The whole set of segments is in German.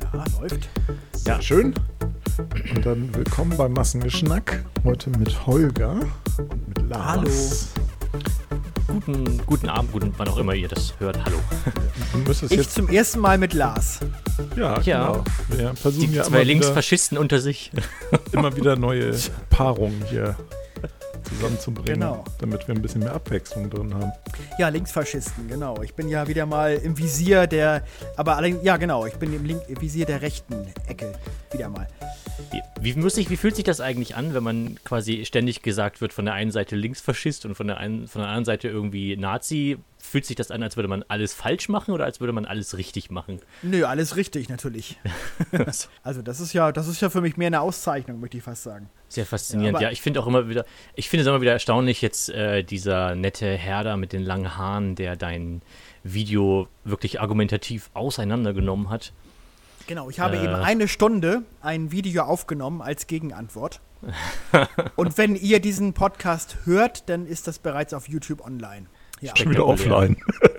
Ja, läuft. Ja, schön. Und dann willkommen beim Massengeschnack. Heute mit Holger und mit Lars. Hallo. Guten Abend, wann auch immer ihr das hört. Hallo. Ich zum ersten Mal mit Lars. Ja. Genau. Wir versuchen Die ja zwei Linksfaschisten unter sich. Immer wieder neue Paarungen hier zusammenzubringen, Genau. damit wir ein bisschen mehr Abwechslung drin haben. Ja, Linksfaschisten, genau. Ich bin ja wieder mal im Visier ich bin im Visier der rechten Ecke wieder mal. Wie fühlt sich das eigentlich an, wenn man quasi ständig gesagt wird, von der einen Seite Linksfaschist und von der anderen Seite irgendwie Nazi? Fühlt sich das an, als würde man alles falsch machen oder als würde man alles richtig machen? Nö, alles richtig natürlich. Also das ist ja für mich mehr eine Auszeichnung, möchte ich fast sagen. Sehr faszinierend. Ja, ich finde es immer wieder erstaunlich, jetzt dieser nette Herr da mit den langen Haaren, der dein Video wirklich argumentativ auseinandergenommen hat. Genau, ich habe eben eine Stunde ein Video aufgenommen als Gegenantwort. Und wenn ihr diesen Podcast hört, dann ist das bereits auf YouTube online. Ja. Schon wieder offline.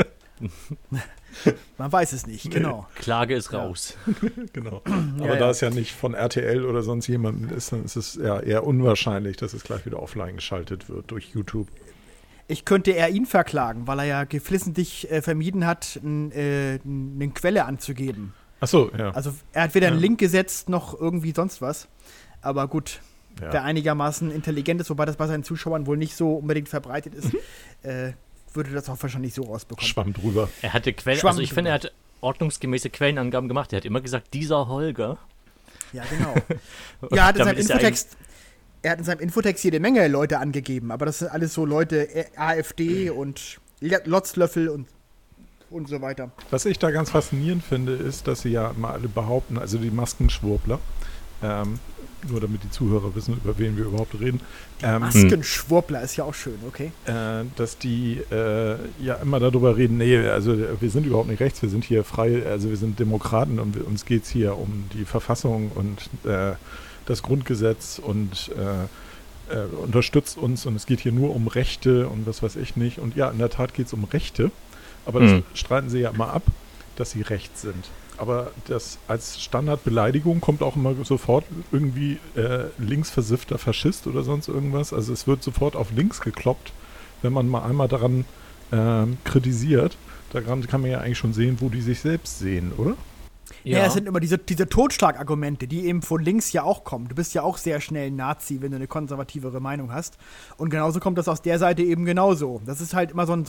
Man weiß es nicht, genau. Klage ist raus. Genau. Aber da es ja nicht von RTL oder sonst jemandem ist, dann ist es ja eher unwahrscheinlich, dass es gleich wieder offline geschaltet wird durch YouTube. Ich könnte eher ihn verklagen, weil er ja geflissentlich vermieden hat, eine Quelle anzugeben. Ach so, ja. Also er hat weder einen Link gesetzt, noch irgendwie sonst was. Aber gut, wer einigermaßen intelligent ist, wobei das bei seinen Zuschauern wohl nicht so unbedingt verbreitet ist, würde das auch wahrscheinlich so rausbekommen. Schwamm drüber. Er hatte Quellen, also ich finde, er hat ordnungsgemäße Quellenangaben gemacht. Er hat immer gesagt, dieser Holger. Ja, genau. Ja, er hat in seinem Infotext jede Menge Leute angegeben, aber das sind alles so Leute, AfD und Lotzlöffel und so weiter. Was ich da ganz faszinierend finde, ist, dass sie ja mal alle behaupten, also die Maskenschwurbler, nur damit die Zuhörer wissen, über wen wir überhaupt reden. Maskenschwurbler ist ja auch schön, okay. Dass die ja immer darüber reden, nee, also wir sind überhaupt nicht rechts, wir sind hier frei, also wir sind Demokraten und uns geht es hier um die Verfassung und das Grundgesetz und unterstützt uns und es geht hier nur um Rechte und was weiß ich nicht. Und ja, in der Tat geht es um Rechte, aber das streiten sie ja immer ab, dass sie rechts sind. Aber das als Standardbeleidigung kommt auch immer sofort irgendwie linksversiffter Faschist oder sonst irgendwas. Also es wird sofort auf links gekloppt, wenn man mal einmal daran kritisiert. Daran kann man ja eigentlich schon sehen, wo die sich selbst sehen, oder? Ja, es sind immer diese Totschlagargumente, die eben von links ja auch kommen. Du bist ja auch sehr schnell Nazi, wenn du eine konservativere Meinung hast. Und genauso kommt das aus der Seite eben genauso. Das ist halt immer so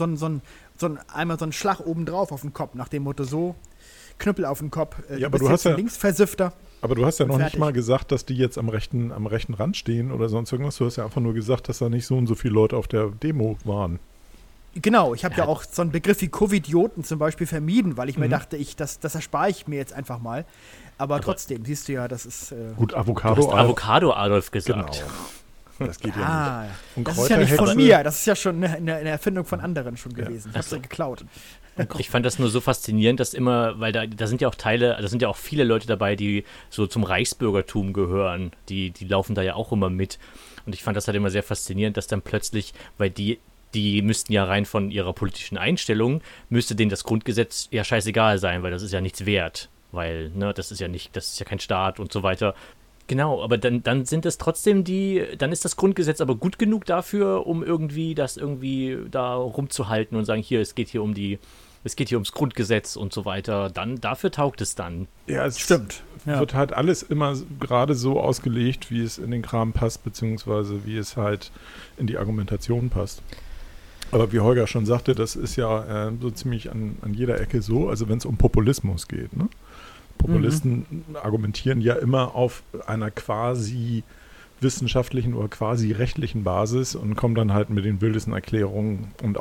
ein Schlag obendrauf auf den Kopf, nach dem Motto so, Knüppel auf den Kopf, ja, aber du hast ja Linksversifter. Aber du hast ja noch nicht mal gesagt, dass die jetzt am rechten Rand stehen oder sonst irgendwas. Du hast ja einfach nur gesagt, dass da nicht so und so viele Leute auf der Demo waren. Genau, ich habe ja auch so einen Begriff wie Covidioten zum Beispiel vermieden, weil ich mir dachte, das erspare ich mir jetzt einfach mal. Aber trotzdem, siehst du ja, das ist... Gut, Avocado Adolf gesagt. Genau. Das geht ja nicht. Und das ist ja nicht von mir, das ist ja schon eine Erfindung von anderen schon gewesen. Ich habe es ja geklaut. Ich fand das nur so faszinierend, dass immer, weil da sind ja auch da sind ja auch viele Leute dabei, die so zum Reichsbürgertum gehören. Die laufen da ja auch immer mit. Und ich fand das halt immer sehr faszinierend, dass dann plötzlich, weil die müssten ja rein von ihrer politischen Einstellung, müsste denen das Grundgesetz ja scheißegal sein, weil das ist ja nichts wert. Weil, das ist ja kein Staat und so weiter. Genau, aber dann sind es trotzdem dann ist das Grundgesetz aber gut genug dafür, um irgendwie das irgendwie da rumzuhalten und sagen, es geht hier ums Grundgesetz und so weiter. Dafür taugt es dann. Ja, es stimmt. Wird halt alles immer gerade so ausgelegt, wie es in den Kram passt, beziehungsweise wie es halt in die Argumentation passt. Aber wie Holger schon sagte, das ist ja so ziemlich an jeder Ecke so, also wenn es um Populismus geht, ne? Populisten argumentieren ja immer auf einer quasi wissenschaftlichen oder quasi rechtlichen Basis und kommen dann halt mit den wildesten Erklärungen und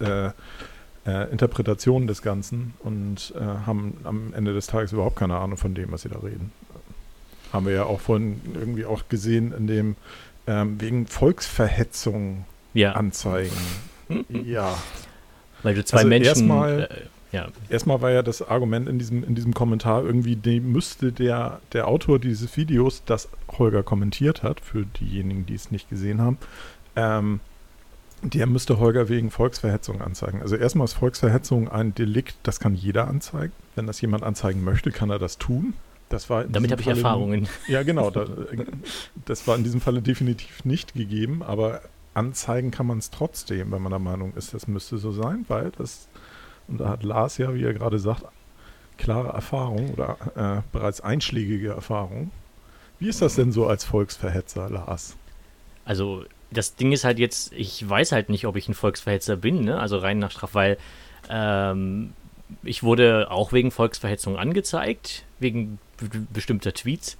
Interpretationen des Ganzen und haben am Ende des Tages überhaupt keine Ahnung von dem, was sie da reden. Haben wir ja auch vorhin irgendwie auch gesehen, in dem wegen Volksverhetzung Anzeigen. Ja. Weil du zwei Menschen... Erstmal war ja das Argument in diesem Kommentar irgendwie, müsste der Autor dieses Videos, das Holger kommentiert hat, für diejenigen, die es nicht gesehen haben, der müsste Holger wegen Volksverhetzung anzeigen. Also erstmal ist Volksverhetzung ein Delikt, das kann jeder anzeigen. Wenn das jemand anzeigen möchte, kann er das tun. Das war Damit habe ich Erfahrungen. Ja, genau. Das war in diesem Falle definitiv nicht gegeben, aber anzeigen kann man es trotzdem, wenn man der Meinung ist, das müsste so sein, weil das, und da hat Lars ja, wie er gerade sagt, klare Erfahrung oder bereits einschlägige Erfahrung. Wie ist das denn so als Volksverhetzer, Lars? Also das Ding ist halt jetzt, ich weiß halt nicht, ob ich ein Volksverhetzer bin, ne? Also rein nach Straf, weil ich wurde auch wegen Volksverhetzung angezeigt, wegen bestimmter Tweets.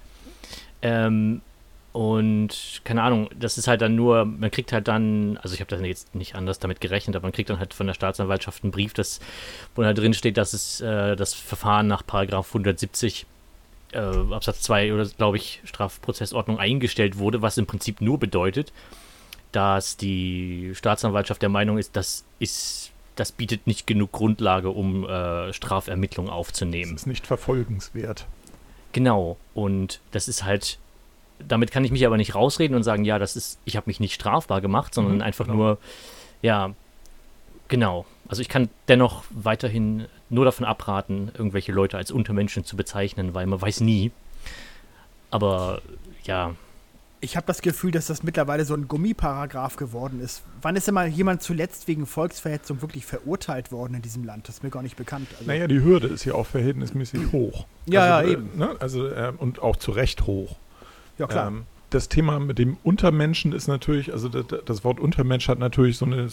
Und keine Ahnung, das ist halt dann nur, man kriegt halt dann, also ich habe dann jetzt nicht anders damit gerechnet, aber man kriegt dann halt von der Staatsanwaltschaft einen Brief, wo da drin steht, dass es das Verfahren nach Paragraph 170 Absatz 2 oder, glaube ich, Strafprozessordnung eingestellt wurde, was im Prinzip nur bedeutet, dass die Staatsanwaltschaft der Meinung ist, das bietet nicht genug Grundlage, um Strafermittlungen aufzunehmen. Das ist nicht verfolgenswert. Genau, und das ist halt, damit kann ich mich aber nicht rausreden und sagen, ja, ich habe mich nicht strafbar gemacht, sondern einfach nur, ja, genau. Also ich kann dennoch weiterhin nur davon abraten, irgendwelche Leute als Untermenschen zu bezeichnen, weil man weiß nie. Aber, ja. Ich habe das Gefühl, dass das mittlerweile so ein Gummiparagraf geworden ist. Wann ist denn mal jemand zuletzt wegen Volksverhetzung wirklich verurteilt worden in diesem Land? Das ist mir gar nicht bekannt. Also, naja, die Hürde ist ja auch verhältnismäßig hoch. Ja, also, eben. Ne? Also, und auch zu Recht hoch. Ja, klar. Das Thema mit dem Untermenschen ist natürlich, also das Wort Untermensch hat natürlich so eine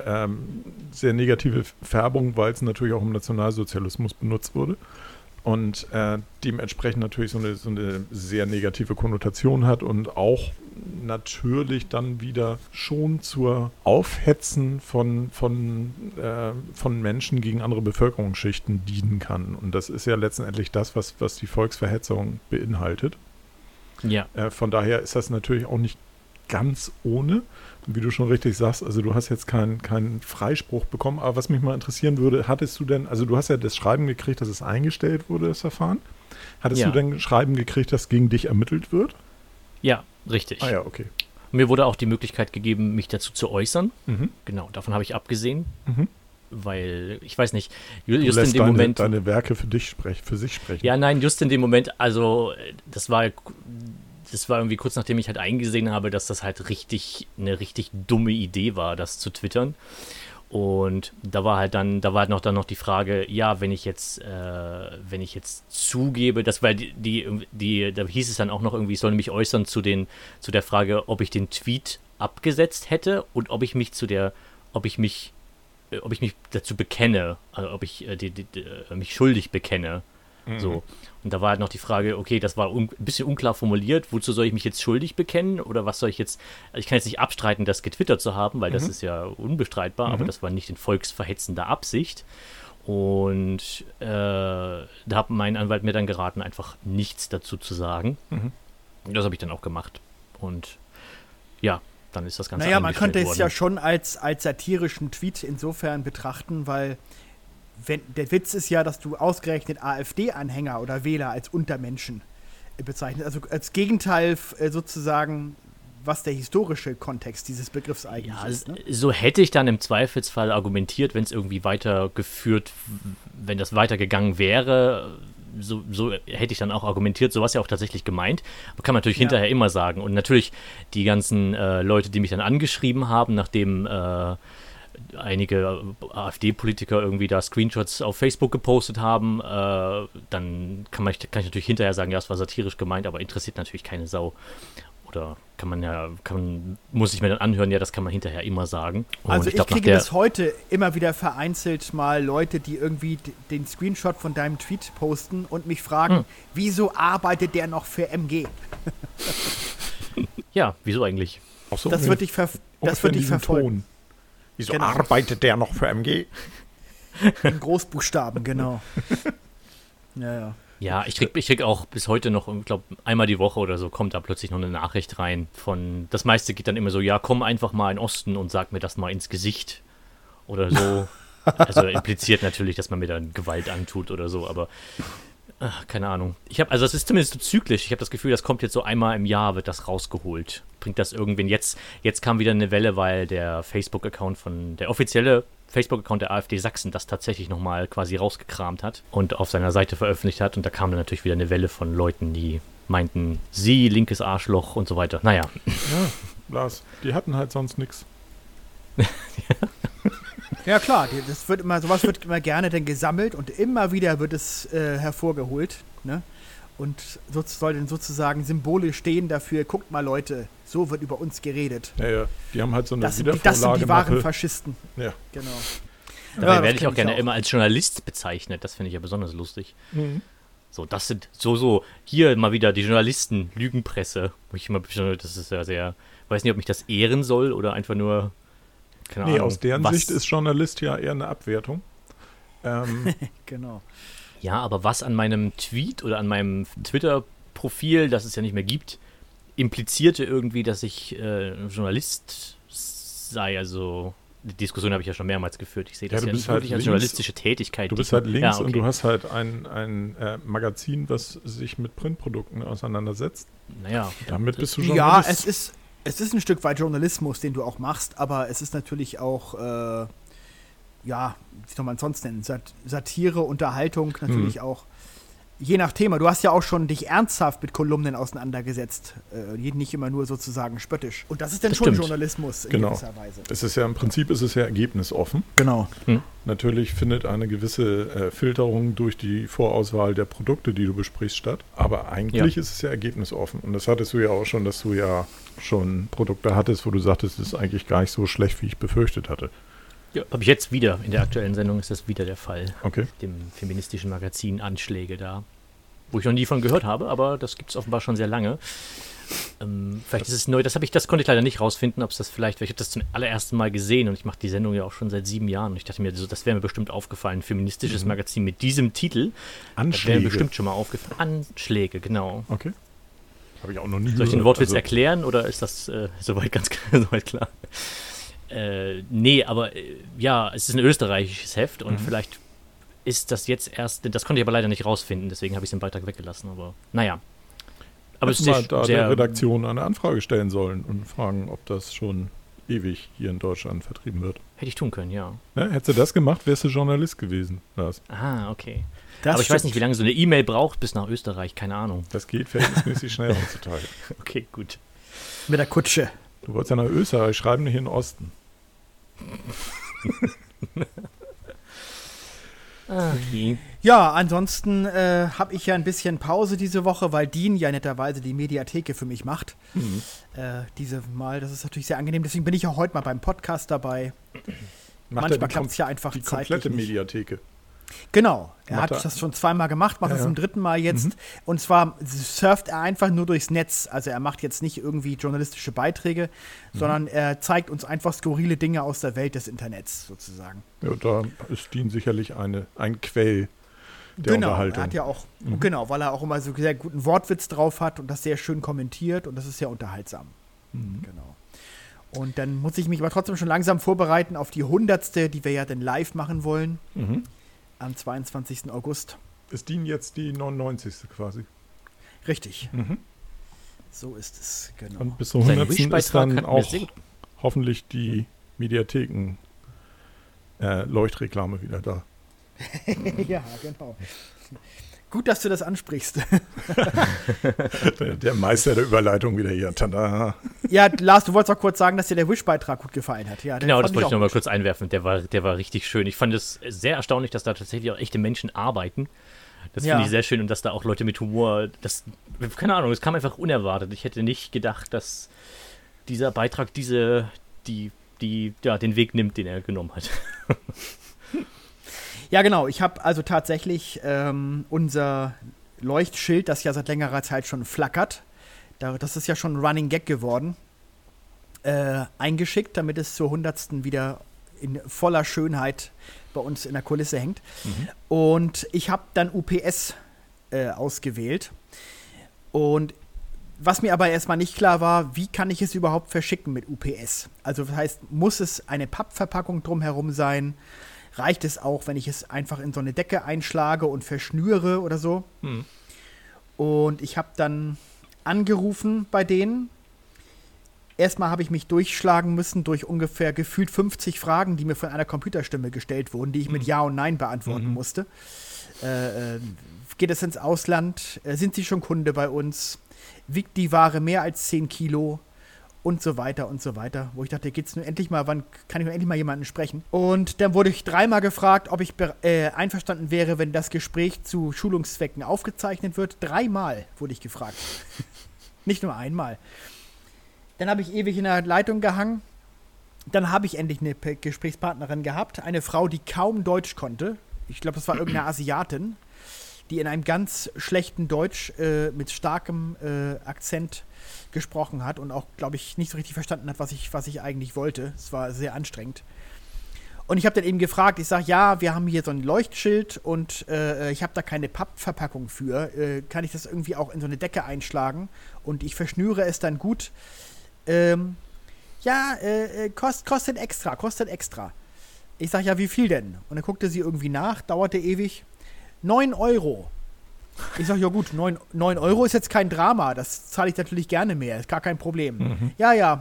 sehr negative Färbung, weil es natürlich auch im Nationalsozialismus benutzt wurde. Und dementsprechend natürlich so eine sehr negative Konnotation hat und auch natürlich dann wieder schon zur Aufhetzen von Menschen gegen andere Bevölkerungsschichten dienen kann. Und das ist ja letztendlich das, was die Volksverhetzung beinhaltet. Ja. Von daher ist das natürlich auch nicht ganz ohne. Und wie du schon richtig sagst, also du hast jetzt keinen Freispruch bekommen, aber was mich mal interessieren würde, hattest du denn, also du hast ja das Schreiben gekriegt, dass es eingestellt wurde, das Verfahren. Hattest du denn Schreiben gekriegt, dass gegen dich ermittelt wird? Ja, richtig. Ah ja, okay. Mir wurde auch die Möglichkeit gegeben, mich dazu zu äußern. Mhm. Genau, davon habe ich abgesehen. Mhm. Weil, ich weiß nicht, just in dem Moment... deine Werke für sich sprechen. Ja, nein, just in dem Moment, also das war irgendwie kurz nachdem ich halt eingesehen habe, dass das halt eine richtig dumme Idee war, das zu twittern. Und da war halt noch die Frage, ja, wenn ich jetzt zugebe, das war da hieß es dann auch noch irgendwie, ich soll mich äußern zu der Frage, ob ich den Tweet abgesetzt hätte und ob ich mich dazu bekenne, also ob ich mich schuldig bekenne. Mhm. So. Und da war halt noch die Frage, okay, das war ein bisschen unklar formuliert, wozu soll ich mich jetzt schuldig bekennen oder was soll ich jetzt, also ich kann jetzt nicht abstreiten, das getwittert zu haben, weil das ist ja unbestreitbar, aber das war nicht in volksverhetzender Absicht. Und da hat mein Anwalt mir dann geraten, einfach nichts dazu zu sagen. Mhm. Das habe ich dann auch gemacht. Und ja, dann ist das Ganze Naja, man könnte worden. Es ja schon als satirischen Tweet insofern betrachten, weil der Witz ist ja, dass du ausgerechnet AfD-Anhänger oder Wähler als Untermenschen bezeichnest. Also als Gegenteil sozusagen, was der historische Kontext dieses Begriffs eigentlich ist. Ne? So hätte ich dann im Zweifelsfall argumentiert, wenn es irgendwie wenn das weitergegangen wäre, so hätte ich dann auch argumentiert, so war es ja auch tatsächlich gemeint, aber kann man natürlich hinterher immer sagen. Und natürlich die ganzen Leute, die mich dann angeschrieben haben, nachdem einige AfD-Politiker irgendwie da Screenshots auf Facebook gepostet haben, dann kann ich natürlich hinterher sagen, ja, es war satirisch gemeint, aber interessiert natürlich keine Sau. Oder muss ich mir dann anhören, ja, das kann man hinterher immer sagen. Und also ich kriege bis heute immer wieder vereinzelt mal Leute, die irgendwie den Screenshot von deinem Tweet posten und mich fragen, wieso arbeitet der noch für MG? Ja, wieso eigentlich? So, das wird dich verfolgen. Wieso arbeitet der noch für MG? In Großbuchstaben, genau. Ja. Ja, ich krieg auch bis heute noch, ich glaube, einmal die Woche oder so kommt da plötzlich noch eine Nachricht rein das meiste geht dann immer so, ja, komm einfach mal in den Osten und sag mir das mal ins Gesicht oder so. Also impliziert natürlich, dass man mir dann Gewalt antut oder so, aber Ach, keine Ahnung. Also es ist zumindest so zyklisch. Ich habe das Gefühl, das kommt jetzt so einmal im Jahr, wird das rausgeholt. Bringt das irgendwen jetzt kam wieder eine Welle, weil der offizielle Facebook-Account der AfD Sachsen das tatsächlich nochmal quasi rausgekramt hat und auf seiner Seite veröffentlicht hat. Und da kam dann natürlich wieder eine Welle von Leuten, die meinten, sie, linkes Arschloch und so weiter. Naja. Ja, Lars, die hatten halt sonst nichts. Ja klar, sowas wird immer gerne dann gesammelt und immer wieder wird es hervorgeholt, ne? Und soll dann sozusagen symbolisch stehen dafür, guckt mal Leute, so wird über uns geredet. Ja, die haben halt so eine Das sind die wahren Faschisten. Ja. Genau. Dabei werde ich auch gerne immer als Journalist bezeichnet, das finde ich ja besonders lustig. Mhm. So, das sind hier mal wieder die Journalisten, Lügenpresse. Das ist ja sehr, weiß nicht, ob mich das ehren soll oder einfach nur, keine Ahnung. Aus deren Sicht ist Journalist ja eher eine Abwertung. Genau. Ja, aber was an meinem Tweet oder an meinem Twitter-Profil, das es ja nicht mehr gibt, implizierte irgendwie, dass ich Journalist sei. Also die Diskussion habe ich ja schon mehrmals geführt. Ich sehe das ja nicht wirklich als journalistische Tätigkeit. Du bist halt links und du hast halt ein Magazin, was sich mit Printprodukten auseinandersetzt. Naja. Damit bist du Journalist. Ja, es ist ein Stück weit Journalismus, den du auch machst, aber es ist natürlich auch wie soll man es sonst nennen? Satire, Unterhaltung natürlich auch. Je nach Thema. Du hast ja auch schon dich ernsthaft mit Kolumnen auseinandergesetzt. Nicht immer nur sozusagen spöttisch. Und das ist dann schon Journalismus in gewisser Weise. Es ist ja im Prinzip ergebnisoffen. Genau. Natürlich findet eine gewisse Filterung durch die Vorauswahl der Produkte, die du besprichst, statt. Aber eigentlich ist es ja ergebnisoffen. Und das hattest du ja auch schon, dass du ja schon Produkte hattest, wo du sagtest, es ist eigentlich gar nicht so schlecht, wie ich befürchtet hatte. Ja, habe ich jetzt wieder. In der aktuellen Sendung ist das wieder der Fall. Okay. Dem feministischen Magazin Anschläge da. Wo ich noch nie von gehört habe, aber das gibt es offenbar schon sehr lange. Vielleicht ist es neu, das konnte ich leider nicht rausfinden, ob es das vielleicht, weil ich habe das zum allerersten Mal gesehen und ich mache die Sendung ja auch schon seit 7 Jahren und ich dachte mir, das wäre mir bestimmt aufgefallen, ein feministisches Magazin mit diesem Titel. Anschläge. Das wäre mir bestimmt schon mal aufgefallen. Anschläge, genau. Okay. Habe ich auch noch nie gehört. Soll ich den Wortwitz erklären oder ist das soweit soweit klar? Nee, aber es ist ein österreichisches Heft und vielleicht ist das jetzt erst, das konnte ich aber leider nicht rausfinden, deswegen habe ich es im Beitrag weggelassen, aber naja. Aber es ist mal da der Redaktion eine Anfrage stellen sollen und fragen, ob das schon ewig hier in Deutschland vertrieben wird. Hätte ich tun können, ja. Hättest du das gemacht, wärst du Journalist gewesen, Lars. Ah, okay. Aber ich weiß nicht, wie lange so eine E-Mail braucht bis nach Österreich, keine Ahnung. Das geht verhältnismäßig schnell heutzutage. Okay, gut. Mit der Kutsche. Du wolltest ja nach Österreich schreiben, nicht in den Osten. Okay. Ja, ansonsten habe ich ja ein bisschen Pause diese Woche, weil Dean ja netterweise die Mediatheke für mich macht. Diese Mal, das ist natürlich sehr angenehm. Deswegen bin ich auch heute mal beim Podcast dabei. Manchmal klappt es ja einfach die zeitlich komplette nicht. Mediatheke. Genau, er hat das schon 2-mal gemacht, macht das zum 3. Mal jetzt. Und zwar surft er einfach nur durchs Netz. Also er macht jetzt nicht irgendwie journalistische Beiträge, sondern er zeigt uns einfach skurrile Dinge aus der Welt des Internets sozusagen. Ja, da ist Dean sicherlich ein Quell der Unterhaltung. Er hat ja auch, weil er auch immer so sehr guten Wortwitz drauf hat und das sehr schön kommentiert und das ist sehr unterhaltsam. Genau. Und dann muss ich mich aber trotzdem schon langsam vorbereiten auf die 100. die wir ja dann live machen wollen. Am 22. August. Ist Dean jetzt die 99. quasi? Richtig. So ist es, genau. Und bis zum 100. ist dann auch hoffentlich die Mediatheken-Leuchtreklame wieder da. Ja, genau. Gut, dass du das ansprichst. Der Meister der Überleitung wieder hier. Tada. Ja, Lars, du wolltest auch kurz sagen, dass dir der Wish-Beitrag gut gefallen hat. Ja, genau, das wollte ich noch mal kurz einwerfen. Der war richtig schön. Ich fand es sehr erstaunlich, dass da tatsächlich auch echte Menschen arbeiten. Das finde ich sehr schön und dass da auch Leute mit Humor, keine Ahnung, es kam einfach unerwartet. Ich hätte nicht gedacht, dass dieser Beitrag den Weg nimmt, den er genommen hat. Ja, genau. Ich habe also tatsächlich unser Leuchtschild, das ja seit längerer Zeit schon flackert, das ist ja schon ein Running Gag geworden, eingeschickt, damit es zur 100. wieder in voller Schönheit bei uns in der Kulisse hängt. Und ich habe dann UPS ausgewählt. Und was mir aber erstmal nicht klar war, wie kann ich es überhaupt verschicken mit UPS? Also das heißt, muss es eine Pappverpackung drumherum sein? reicht es auch, wenn ich es einfach in so eine Decke einschlage und verschnüre oder so. Und ich habe dann angerufen bei denen. Erstmal habe ich mich durchschlagen müssen durch ungefähr gefühlt 50 Fragen, die mir von einer Computerstimme gestellt wurden, die ich mit Ja und Nein beantworten musste. Geht es ins Ausland? Sind Sie schon Kunde bei uns? Wiegt die Ware mehr als 10 Kilo? Und so weiter und so weiter. Wo ich dachte, geht's nun endlich mal, wann kann ich nun endlich mal jemanden sprechen? Und dann wurde ich 3-mal gefragt, ob ich einverstanden wäre, wenn das Gespräch zu Schulungszwecken aufgezeichnet wird. 3-mal wurde ich gefragt. Nicht nur einmal. Dann habe ich ewig in der Leitung gehangen. Dann habe ich endlich eine Gesprächspartnerin gehabt. Eine Frau, die kaum Deutsch konnte. Ich glaube, das war irgendeine Asiatin, die in einem ganz schlechten Deutsch mit starkem Akzent gesprochen hat und auch, glaube ich, nicht so richtig verstanden hat, was ich eigentlich wollte. Es war sehr anstrengend. Und ich habe dann eben gefragt, ich sage, ja, wir haben hier so ein Leuchtschild und ich habe da keine Pappverpackung für. Kann ich das irgendwie auch in so eine Decke einschlagen? Und ich verschnüre es dann gut. Kostet extra. Ich sage, ja, wie viel denn? Und dann guckte sie irgendwie nach, dauerte ewig. 9 Euro. Ich sage, ja gut, 9 Euro ist jetzt kein Drama, das zahle ich natürlich gerne mehr, ist gar kein Problem. Ja.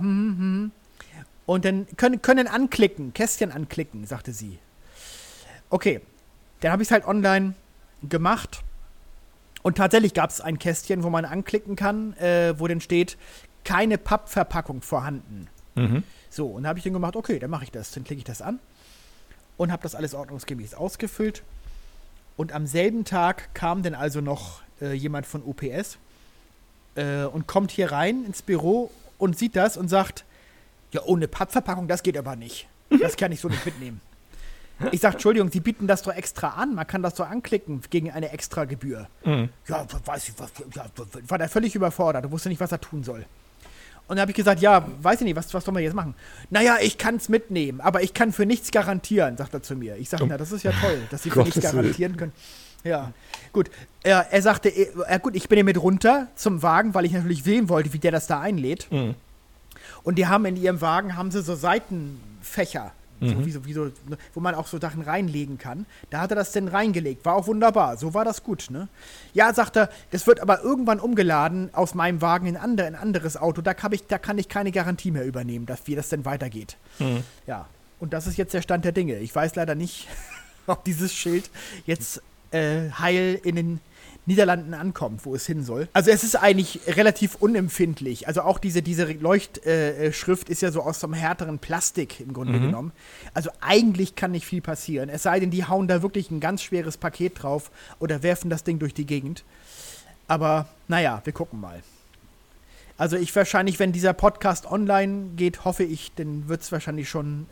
Und dann können anklicken, Kästchen anklicken, sagte sie. Okay, dann habe ich es halt online gemacht und tatsächlich gab es ein Kästchen, wo man anklicken kann, wo dann steht, keine Pappverpackung vorhanden. So, und dann habe ich dann gemacht, okay, dann mache ich das, dann klicke ich das an und habe das alles ordnungsgemäß ausgefüllt. Und am selben Tag kam dann also noch jemand von UPS und kommt hier rein ins Büro und sieht das und sagt, ja, ohne Pappverpackung, das geht aber nicht. Das kann ich so nicht mitnehmen. Ich sage, Entschuldigung, Sie bieten das doch extra an. Man kann das doch anklicken gegen eine Extragebühr. Ja, weiß ich was. Ja, war da völlig überfordert. Wusste nicht, was er tun soll. Und dann habe ich gesagt, ja, weiß ich nicht, was sollen wir jetzt machen? Naja, ich kann es mitnehmen, aber ich kann für nichts garantieren, sagt er zu mir. Ich sage, na, das ist ja toll, dass Sie für nichts garantieren können. Ja, gut. Er sagte, gut, ich bin hier mit runter zum Wagen, weil ich natürlich sehen wollte, wie der das da einlädt. Und die haben in ihrem Wagen, so Seitenfächer, so, wo man auch so Sachen reinlegen kann. Da hat er das denn reingelegt. War auch wunderbar. So war das gut, ne? Ja, sagt er, das wird aber irgendwann umgeladen aus meinem Wagen in ein anderes Auto. Da kann ich keine Garantie mehr übernehmen, wie das denn weitergeht. Ja, und das ist jetzt der Stand der Dinge. Ich weiß leider nicht, ob dieses Schild jetzt heil in den Niederlanden ankommt, wo es hin soll. Also es ist eigentlich relativ unempfindlich. Also auch diese Leuchtschrift ist ja so aus so einem härteren Plastik im Grunde genommen. Also eigentlich kann nicht viel passieren. Es sei denn, die hauen da wirklich ein ganz schweres Paket drauf oder werfen das Ding durch die Gegend. Aber naja, wir gucken mal. Also wahrscheinlich, wenn dieser Podcast online geht, hoffe ich, dann wird es wahrscheinlich schon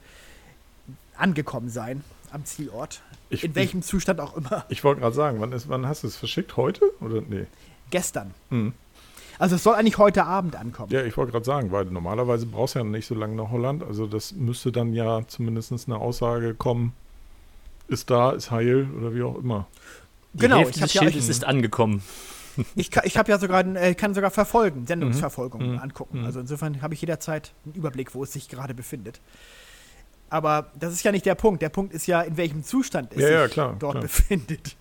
angekommen sein am Zielort. In welchem Zustand auch immer. Ich wollte gerade sagen, wann hast du es verschickt? Heute? Oder nee? Gestern. Also es soll eigentlich heute Abend ankommen. Ja, ich wollte gerade sagen, weil normalerweise brauchst du ja nicht so lange nach Holland. Also das müsste dann ja zumindest eine Aussage kommen, ist da, ist heil oder wie auch immer. Die Hälfte des Schildes ist angekommen. Ich habe ja sogar, kann sogar verfolgen, Sendungsverfolgung angucken. Also insofern habe ich jederzeit einen Überblick, wo es sich gerade befindet. Aber das ist ja nicht der Punkt. Der Punkt ist ja, in welchem Zustand es sich dort befindet.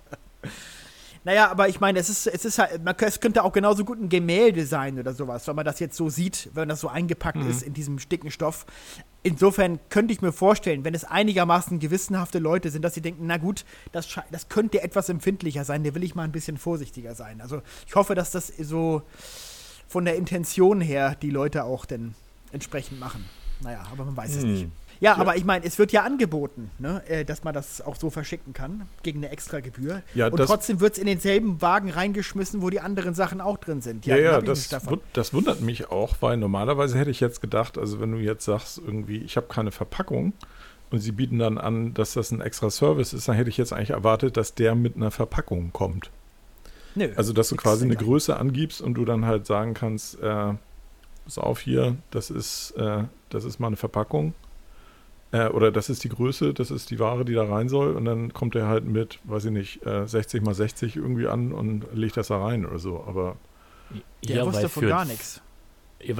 Naja, aber ich meine, es ist halt, es könnte auch genauso gut ein Gemälde sein oder sowas, wenn man das jetzt so sieht, wenn das so eingepackt ist in diesem dicken Stoff. Insofern könnte ich mir vorstellen, wenn es einigermaßen gewissenhafte Leute sind, dass sie denken, na gut, das könnte etwas empfindlicher sein, da will ich mal ein bisschen vorsichtiger sein. Also ich hoffe, dass das so von der Intention her die Leute auch dann entsprechend machen. Naja, aber man weiß es nicht. Ja, aber ich meine, es wird ja angeboten, ne, dass man das auch so verschicken kann, gegen eine extra Gebühr. Ja, und trotzdem wird es in denselben Wagen reingeschmissen, wo die anderen Sachen auch drin sind. Das wundert mich auch, weil normalerweise hätte ich jetzt gedacht, also wenn du jetzt sagst, irgendwie, ich habe keine Verpackung und sie bieten dann an, dass das ein extra Service ist, dann hätte ich jetzt eigentlich erwartet, dass der mit einer Verpackung kommt. Nö. Also, dass du quasi eine Größe angibst und du dann halt sagen kannst, pass auf hier, das ist meine Verpackung. Oder das ist die Größe, das ist die Ware, die da rein soll. Und dann kommt er halt mit, weiß ich nicht, 60 mal 60 irgendwie an und legt das da rein oder so. Aber der wusste von gar nichts. Ja,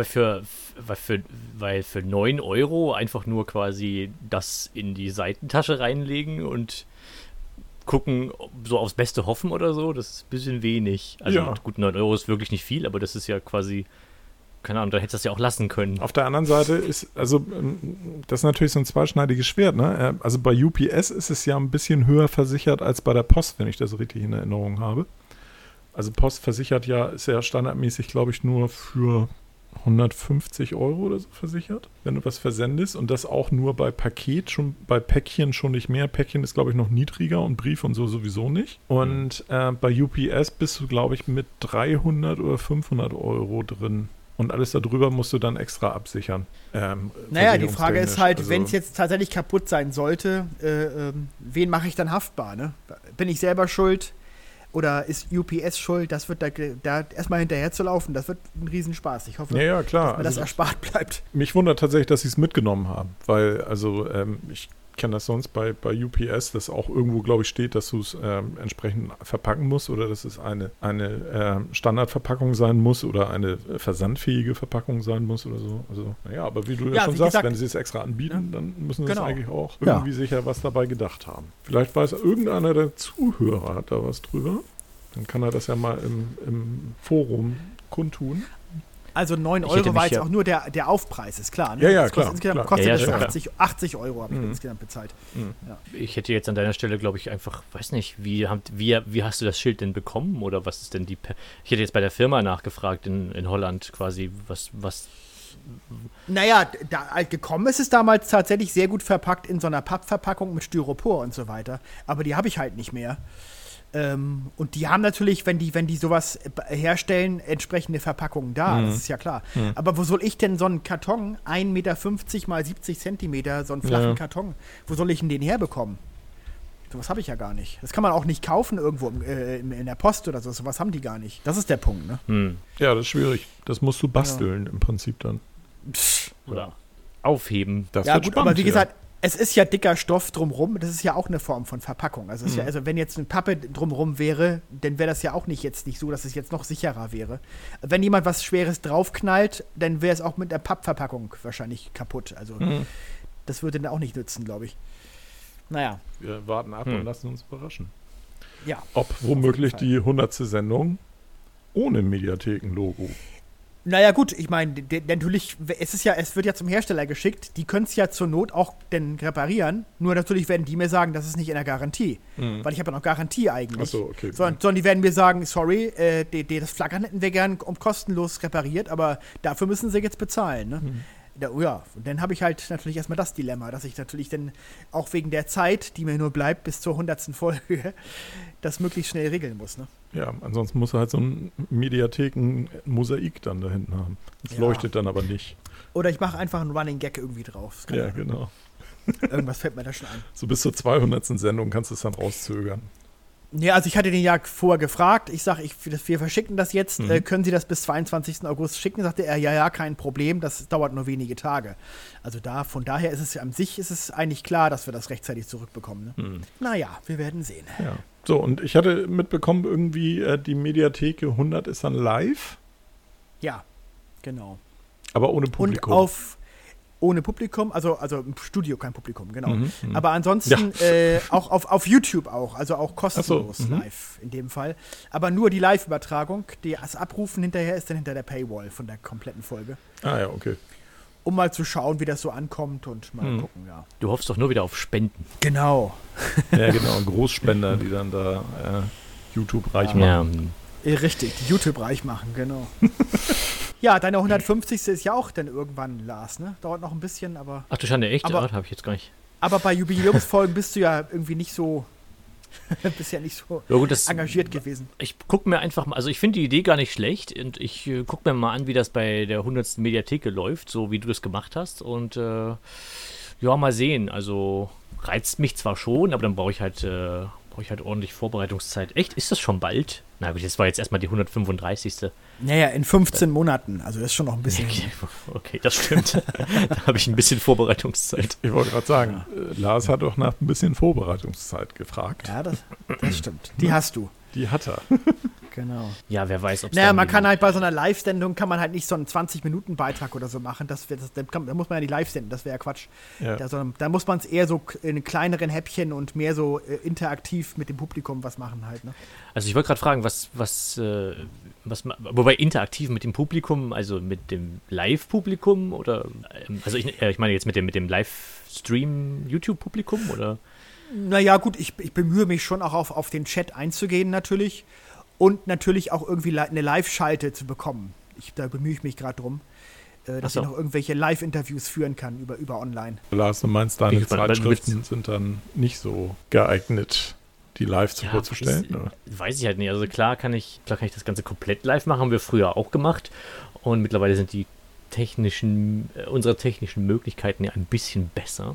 weil für 9 Euro einfach nur quasi das in die Seitentasche reinlegen und gucken, so aufs Beste hoffen oder so, das ist ein bisschen wenig. Also gut, 9 Euro ist wirklich nicht viel, aber das ist ja quasi, keine Ahnung, da hättest du das ja auch lassen können. Auf der anderen Seite ist, also das ist natürlich so ein zweischneidiges Schwert, ne? Also bei UPS ist es ja ein bisschen höher versichert als bei der Post, wenn ich das richtig in Erinnerung habe. Also Post versichert ja, ist ja standardmäßig, glaube ich, nur für 150 Euro oder so versichert, wenn du was versendest, und das auch nur bei bei Päckchen schon nicht mehr. Päckchen ist, glaube ich, noch niedriger und Brief und so sowieso nicht. Und bei UPS bist du, glaube ich, mit 300 oder 500 Euro drin. Und alles darüber musst du dann extra absichern. Naja, die Frage ist halt, also, wenn es jetzt tatsächlich kaputt sein sollte, wen mache ich dann haftbar? Ne? Bin ich selber schuld? Oder ist UPS schuld? Das wird da erstmal hinterher zu laufen, das wird ein Riesenspaß. Ich hoffe, ja, klar. dass mir das erspart bleibt. Mich wundert tatsächlich, dass sie es mitgenommen haben, weil, also, ich kenne das sonst bei UPS, dass auch irgendwo, glaube ich, steht, dass du es entsprechend verpacken musst oder dass es eine Standardverpackung sein muss oder eine versandfähige Verpackung sein muss oder so. Also, naja, aber wie du ja schon sagst, gesagt, wenn sie es extra anbieten, dann müssen sie es eigentlich auch Ja. irgendwie sicher was dabei gedacht haben. Vielleicht weiß irgendeiner der Zuhörer hat da was drüber. Dann kann er das ja mal im Forum kundtun. Also 9 Euro war jetzt auch nur der Aufpreis, ist klar. Ne? Ja, das klar. Insgesamt kostet Ja, das schon 80 Euro, habe ich insgesamt bezahlt. Ja. Ich hätte jetzt an deiner Stelle, glaube ich, einfach, weiß nicht, wie hast du das Schild denn bekommen oder was ist denn ich hätte jetzt bei der Firma nachgefragt in Holland quasi, was. Naja, gekommen ist es damals tatsächlich sehr gut verpackt in so einer Pappverpackung mit Styropor und so weiter. Aber die habe ich halt nicht mehr. Und die haben natürlich, wenn die sowas herstellen, entsprechende Verpackungen da, das ist ja klar. Aber wo soll ich denn so einen Karton, 1,50 Meter mal 70 Zentimeter, so einen flachen Karton, wo soll ich denn den herbekommen? Sowas habe ich ja gar nicht. Das kann man auch nicht kaufen irgendwo in der Post oder so. Sowas haben die gar nicht. Das ist der Punkt, ne? Ja, das ist schwierig. Das musst du basteln im Prinzip dann. Oder aufheben. Das Ja wird gut, spannend, aber wie gesagt, es ist ja dicker Stoff drumrum, das ist ja auch eine Form von Verpackung. Also, also wenn jetzt eine Pappe drumrum wäre, dann wäre das ja auch nicht so, dass es jetzt noch sicherer wäre. Wenn jemand was Schweres draufknallt, dann wäre es auch mit der Pappverpackung wahrscheinlich kaputt. Also das würde dann auch nicht nützen, glaube ich. Naja. Wir warten ab und lassen uns überraschen. Ja. Ob womöglich die 100. Sendung ohne Mediatheken-Logo. Naja gut, ich meine, natürlich, es wird ja zum Hersteller geschickt, die können es ja zur Not auch denn reparieren, nur natürlich werden die mir sagen, das ist nicht in der Garantie, weil ich habe ja noch Garantie eigentlich. Ach so, okay. Sondern die werden mir sagen, sorry, das Flackern hätten wir gern kostenlos repariert, aber dafür müssen sie jetzt bezahlen, ne? Ja, und dann habe ich halt natürlich erstmal das Dilemma, dass ich natürlich dann auch wegen der Zeit, die mir nur bleibt bis zur 100. Folge, das möglichst schnell regeln muss, ne? Ja, ansonsten muss er halt so ein Mediatheken-Mosaik dann da hinten haben. Das leuchtet dann aber nicht. Oder ich mache einfach einen Running Gag irgendwie drauf. Ja, genau. Irgendwas fällt mir da schon ein. So bis zur 200. Sendung kannst du es dann rauszögern. Ja, also ich hatte den ja vorher gefragt. Ich sage, wir verschicken das jetzt. Können Sie das bis 22. August schicken? Sagte er, ja, kein Problem. Das dauert nur wenige Tage. Also von daher ist es an sich eigentlich klar, dass wir das rechtzeitig zurückbekommen. Ne? Naja, wir werden sehen. Ja. So, und ich hatte mitbekommen, irgendwie die Mediatheke 100 ist dann live. Ja, genau. Aber ohne Publikum. Und ohne Publikum, also im Studio kein Publikum, genau. Aber ansonsten auch auf YouTube also auch kostenlos live in dem Fall. Aber nur die Live-Übertragung, das Abrufen hinterher ist dann hinter der Paywall von der kompletten Folge. Ah ja, okay. Um mal zu schauen, wie das so ankommt und mal gucken, ja. Du hoffst doch nur wieder auf Spenden. Genau. Ja, genau, Großspender, die dann da YouTube reich machen. Ja. Richtig, die YouTube reich machen, genau. Ja, deine 150. ist ja auch dann irgendwann, Lars, ne? Dauert noch ein bisschen, aber... Ach du Schande, echt? Aber, habe ich jetzt gar nicht. Aber bei Jubiläumsfolgen bist du ja irgendwie nicht so... bisher nicht so engagiert gewesen. Ich gucke mir einfach mal, also ich finde die Idee gar nicht schlecht und ich gucke mir mal an, wie das bei der 100. Mediatheke läuft, so wie du das gemacht hast und ja, mal sehen. Also reizt mich zwar schon, aber dann brauche ich halt ordentlich Vorbereitungszeit. Echt? Ist das schon bald? Na gut, das war jetzt erstmal die 135. Naja, in 15 Monaten. Also das ist schon noch ein bisschen... Okay, das stimmt. Da habe ich ein bisschen Vorbereitungszeit. Ich wollte gerade sagen, Lars hat doch nach ein bisschen Vorbereitungszeit gefragt. Ja, das stimmt. Die hast du. Die hat er. Genau. Ja, wer weiß, ob es Naja, man kann halt bei so einer Live-Sendung kann man halt nicht so einen 20-Minuten-Beitrag oder so machen. Da muss man ja die live senden, das wäre ja Quatsch. Ja. Da muss man es eher so in kleineren Häppchen und mehr so interaktiv mit dem Publikum was machen halt. Ne? Also ich wollte gerade fragen, wobei interaktiv mit dem Publikum, also mit dem Live-Publikum oder, also ich meine jetzt mit dem Livestream-YouTube-Publikum oder? Naja, gut, ich bemühe mich schon auch auf den Chat einzugehen natürlich und natürlich auch irgendwie eine Live-Schalte zu bekommen. Da bemühe ich mich gerade drum, dass ich noch irgendwelche Live-Interviews führen kann über online. Lars, du meinst, deine Zeitschriften sind dann nicht so geeignet, die live vorzustellen? Weiß ich halt nicht. Also klar kann ich das Ganze komplett live machen, haben wir früher auch gemacht und mittlerweile sind unsere technischen Möglichkeiten ja ein bisschen besser.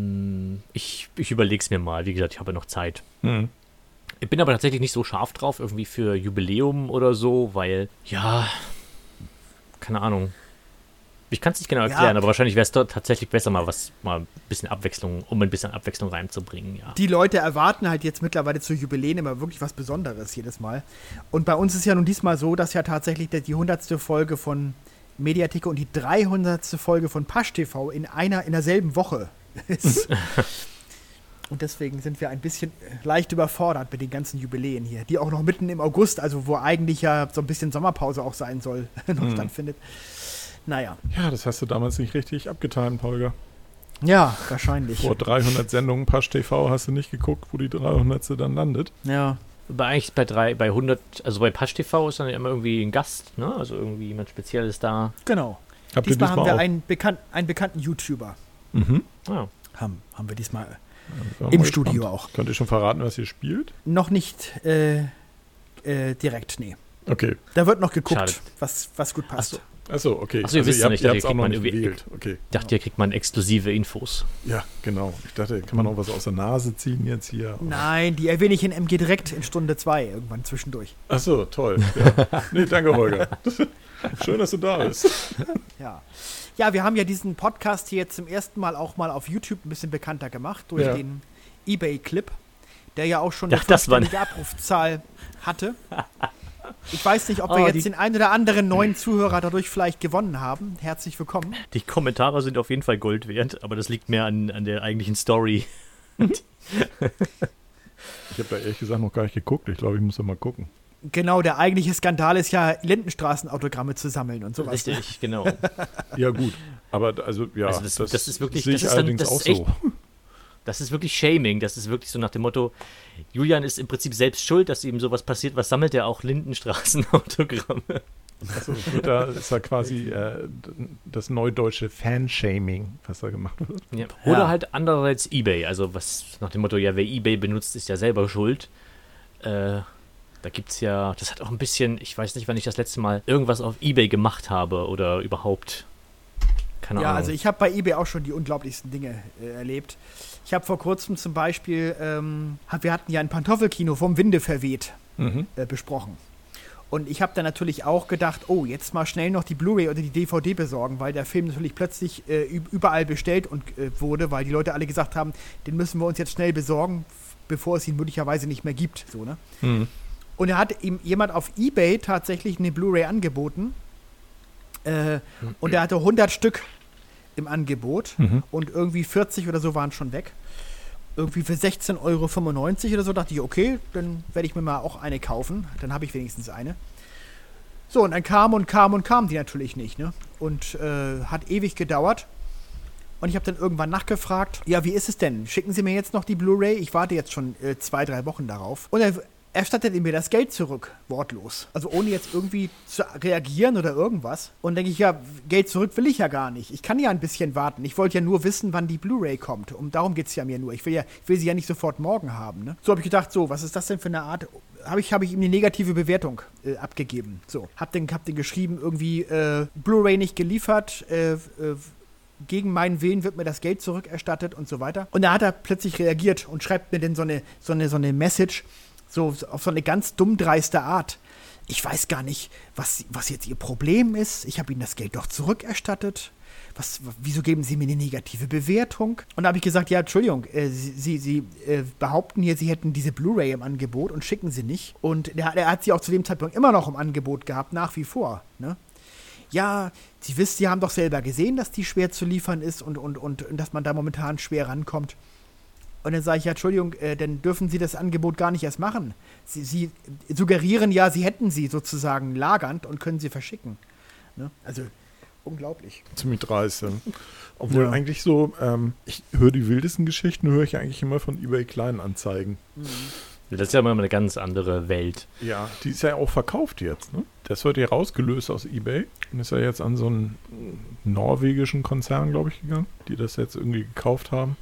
Ich überlege es mir mal. Wie gesagt, ich habe ja noch Zeit. Mhm. Ich bin aber tatsächlich nicht so scharf drauf, irgendwie für Jubiläum oder so, weil, ja, keine Ahnung. Ich kann es nicht genau erklären, aber wahrscheinlich wäre es dort tatsächlich besser, mal ein bisschen Abwechslung reinzubringen, ja. Die Leute erwarten halt jetzt mittlerweile zu Jubiläen immer wirklich was Besonderes jedes Mal. Und bei uns ist ja nun diesmal so, dass ja tatsächlich die 100. Folge von Mediatheke und die 300. Folge von Pasch TV in derselben Woche ist. Und deswegen sind wir ein bisschen leicht überfordert mit den ganzen Jubiläen hier, die auch noch mitten im August, also wo eigentlich ja so ein bisschen Sommerpause auch sein soll, noch stattfindet. Naja. Ja, das hast du damals nicht richtig abgetan, Holger. Ja, wahrscheinlich. Vor 300 Sendungen Pasch TV hast du nicht geguckt, wo die 300. dann landet. Ja. Aber eigentlich bei 100, also bei Pasch TV ist dann immer irgendwie ein Gast, ne? Also irgendwie jemand Spezielles da. Genau. Diesmal haben wir einen bekannten YouTuber. Mhm. Ja. Haben wir diesmal im Studio auch. Könnt ihr schon verraten, was ihr spielt? Noch nicht direkt, nee. Okay. Da wird noch geguckt, Schade. was gut passt. Achso, okay. Achso, ihr wisst ja nicht, ihr habt auch noch nicht gewählt. Okay. Ich dachte, hier kriegt man exklusive Infos. Ja, genau. Ich dachte, kann man noch was aus der Nase ziehen jetzt hier? Nein, die erwähne ich in MG direkt in Stunde 2 irgendwann zwischendurch. Achso, toll. Ja. Nee, danke, Holger. Schön, dass du da bist. Ja. Ja, wir haben ja diesen Podcast hier jetzt zum ersten Mal auch mal auf YouTube ein bisschen bekannter gemacht durch den eBay-Clip, der ja auch schon eine vollständige Abrufzahl hatte. Ich weiß nicht, ob wir jetzt den einen oder anderen neuen Zuhörer dadurch vielleicht gewonnen haben. Herzlich willkommen. Die Kommentare sind auf jeden Fall Gold wert, aber das liegt mehr an der eigentlichen Story. Ich habe da ehrlich gesagt noch gar nicht geguckt. Ich glaube, ich muss da mal gucken. Genau, der eigentliche Skandal ist ja, Lindenstraßen-Autogramme zu sammeln und sowas. Richtig, genau. Ja, gut. Aber das ist wirklich, sehe ich allerdings auch so. Das ist wirklich Shaming. Das ist wirklich so nach dem Motto, Julian ist im Prinzip selbst schuld, dass ihm sowas passiert. Was sammelt er auch? Lindenstraßen-Autogramme. Also da ist ja quasi das neudeutsche Fanshaming, was da gemacht wird. Ja. Oder halt andererseits eBay. Also was nach dem Motto, ja, wer eBay benutzt, ist ja selber schuld. Da gibt's ja, das hat auch ein bisschen, ich weiß nicht, wann ich das letzte Mal irgendwas auf eBay gemacht habe oder überhaupt. Keine Ahnung. Ja, also ich habe bei eBay auch schon die unglaublichsten Dinge erlebt. Ich habe vor kurzem zum Beispiel, wir hatten ja ein Pantoffelkino vom Winde verweht besprochen. Und ich habe dann natürlich auch gedacht, oh, jetzt mal schnell noch die Blu-ray oder die DVD besorgen, weil der Film natürlich plötzlich überall bestellt und wurde, weil die Leute alle gesagt haben, den müssen wir uns jetzt schnell besorgen, bevor es ihn möglicherweise nicht mehr gibt. So, ne? Mhm. Und er hat ihm jemand auf eBay tatsächlich eine Blu-ray angeboten. Und er hatte 100 Stück im Angebot und irgendwie 40 oder so waren schon weg. Irgendwie für 16,95 € oder so dachte ich, okay, dann werde ich mir mal auch eine kaufen. Dann habe ich wenigstens eine. So, und dann kam die natürlich nicht, ne? Und hat ewig gedauert. Und ich habe dann irgendwann nachgefragt, ja, wie ist es denn? Schicken Sie mir jetzt noch die Blu-ray? Ich warte jetzt schon 2-3 Wochen darauf. Und er erstattet mir das Geld zurück, wortlos. Also ohne jetzt irgendwie zu reagieren oder irgendwas. Und denke ich, ja, Geld zurück will ich ja gar nicht. Ich kann ja ein bisschen warten. Ich wollte ja nur wissen, wann die Blu-ray kommt. Darum geht es ja mir nur. Ich will sie ja nicht sofort morgen haben. Ne? So habe ich gedacht, so, was ist das denn für eine Art? Habe ich ihm eine negative Bewertung abgegeben. So, hab den geschrieben, irgendwie Blu-ray nicht geliefert, gegen meinen Willen wird mir das Geld zurückerstattet und so weiter. Und da hat er plötzlich reagiert und schreibt mir dann so eine Message, so auf so eine ganz dummdreiste Art. Ich weiß gar nicht, was jetzt Ihr Problem ist. Ich habe Ihnen das Geld doch zurückerstattet. wieso geben Sie mir eine negative Bewertung? Und da habe ich gesagt, ja, Entschuldigung, Sie behaupten hier, Sie hätten diese Blu-ray im Angebot und schicken sie nicht. Und er hat sie auch zu dem Zeitpunkt immer noch im Angebot gehabt, nach wie vor, ne? Ja, Sie haben doch selber gesehen, dass die schwer zu liefern ist und dass man da momentan schwer rankommt. Und dann sage ich, ja, Entschuldigung, dann dürfen Sie das Angebot gar nicht erst machen. Sie suggerieren ja, Sie hätten sie sozusagen lagernd und können sie verschicken. Ne? Also, unglaublich. Ziemlich dreist. Ja. Obwohl eigentlich so, ich höre die wildesten Geschichten, höre ich eigentlich immer von eBay Kleinanzeigen. Mhm. Das ist ja immer eine ganz andere Welt. Ja, die ist ja auch verkauft jetzt. Ne? Das wird ja rausgelöst aus eBay und ist ja jetzt an so einen norwegischen Konzern, glaube ich, gegangen, die das jetzt irgendwie gekauft haben.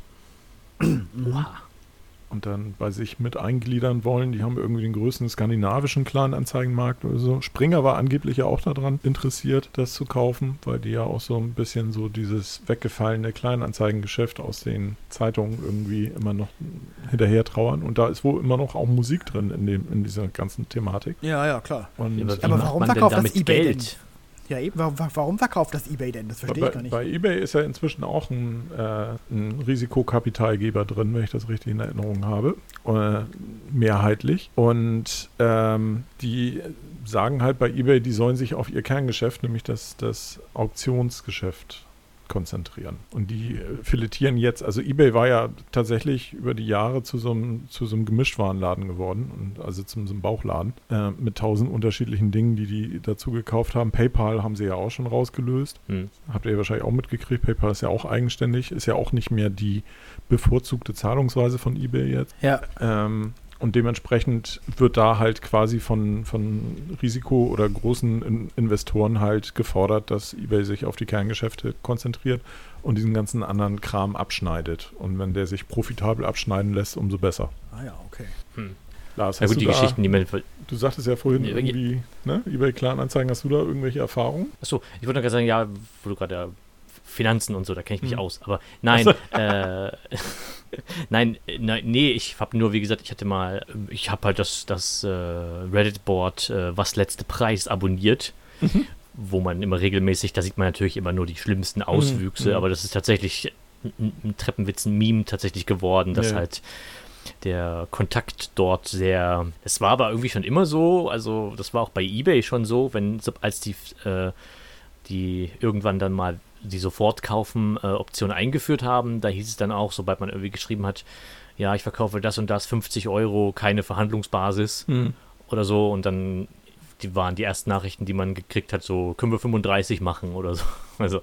Wow. Und dann bei sich mit eingliedern wollen. Die haben irgendwie den größten skandinavischen Kleinanzeigenmarkt oder so. Springer war angeblich ja auch daran interessiert, das zu kaufen, weil die ja auch so ein bisschen so dieses weggefallene Kleinanzeigengeschäft aus den Zeitungen irgendwie immer noch hinterher trauern. Und da ist wohl immer noch auch Musik drin in dieser ganzen Thematik. Ja, klar. Und aber warum verkauft das eBay Geld? Denn? Ja, eben. Warum verkauft das eBay denn? Das verstehe ich gar nicht. Bei eBay ist ja inzwischen auch ein Risikokapitalgeber drin, wenn ich das richtig in Erinnerung habe. Mehrheitlich. Und die sagen halt bei eBay, die sollen sich auf ihr Kerngeschäft, nämlich das Auktionsgeschäft, konzentrieren. Und die filetieren jetzt, also eBay war ja tatsächlich über die Jahre zu so einem Gemischtwarenladen geworden, und also so einem Bauchladen mit 1000 unterschiedlichen Dingen, die dazu gekauft haben. PayPal haben sie ja auch schon rausgelöst. Habt ihr ja wahrscheinlich auch mitgekriegt. PayPal ist ja auch eigenständig, ist ja auch nicht mehr die bevorzugte Zahlungsweise von eBay jetzt. Ja. Und dementsprechend wird da halt quasi von Risiko- oder großen Investoren halt gefordert, dass eBay sich auf die Kerngeschäfte konzentriert und diesen ganzen anderen Kram abschneidet. Und wenn der sich profitabel abschneiden lässt, umso besser. Ah ja, okay. Lars, Ja gut, die Geschichten, die man... Du sagtest ja vorhin irgendwie, ne? eBay Kleinanzeigen, hast du da irgendwelche Erfahrungen? Achso, ich wollte gerade sagen, ja, wo du gerade Finanzen und so, da kenne ich mich aus. Aber nein, nee, ich habe nur, wie gesagt, ich habe halt das Reddit-Board Was letzte Preis abonniert, wo man immer regelmäßig, da sieht man natürlich immer nur die schlimmsten Auswüchse, aber das ist tatsächlich ein Treppenwitz-Meme tatsächlich geworden, dass halt der Kontakt dort es war aber irgendwie schon immer so, also das war auch bei eBay schon so, als die irgendwann dann mal die Sofortkaufen-Option eingeführt haben, da hieß es dann auch, sobald man irgendwie geschrieben hat, ja, ich verkaufe das und das, 50 €, keine Verhandlungsbasis oder so, und dann waren die ersten Nachrichten, die man gekriegt hat, so, können wir 35 machen oder so. Also,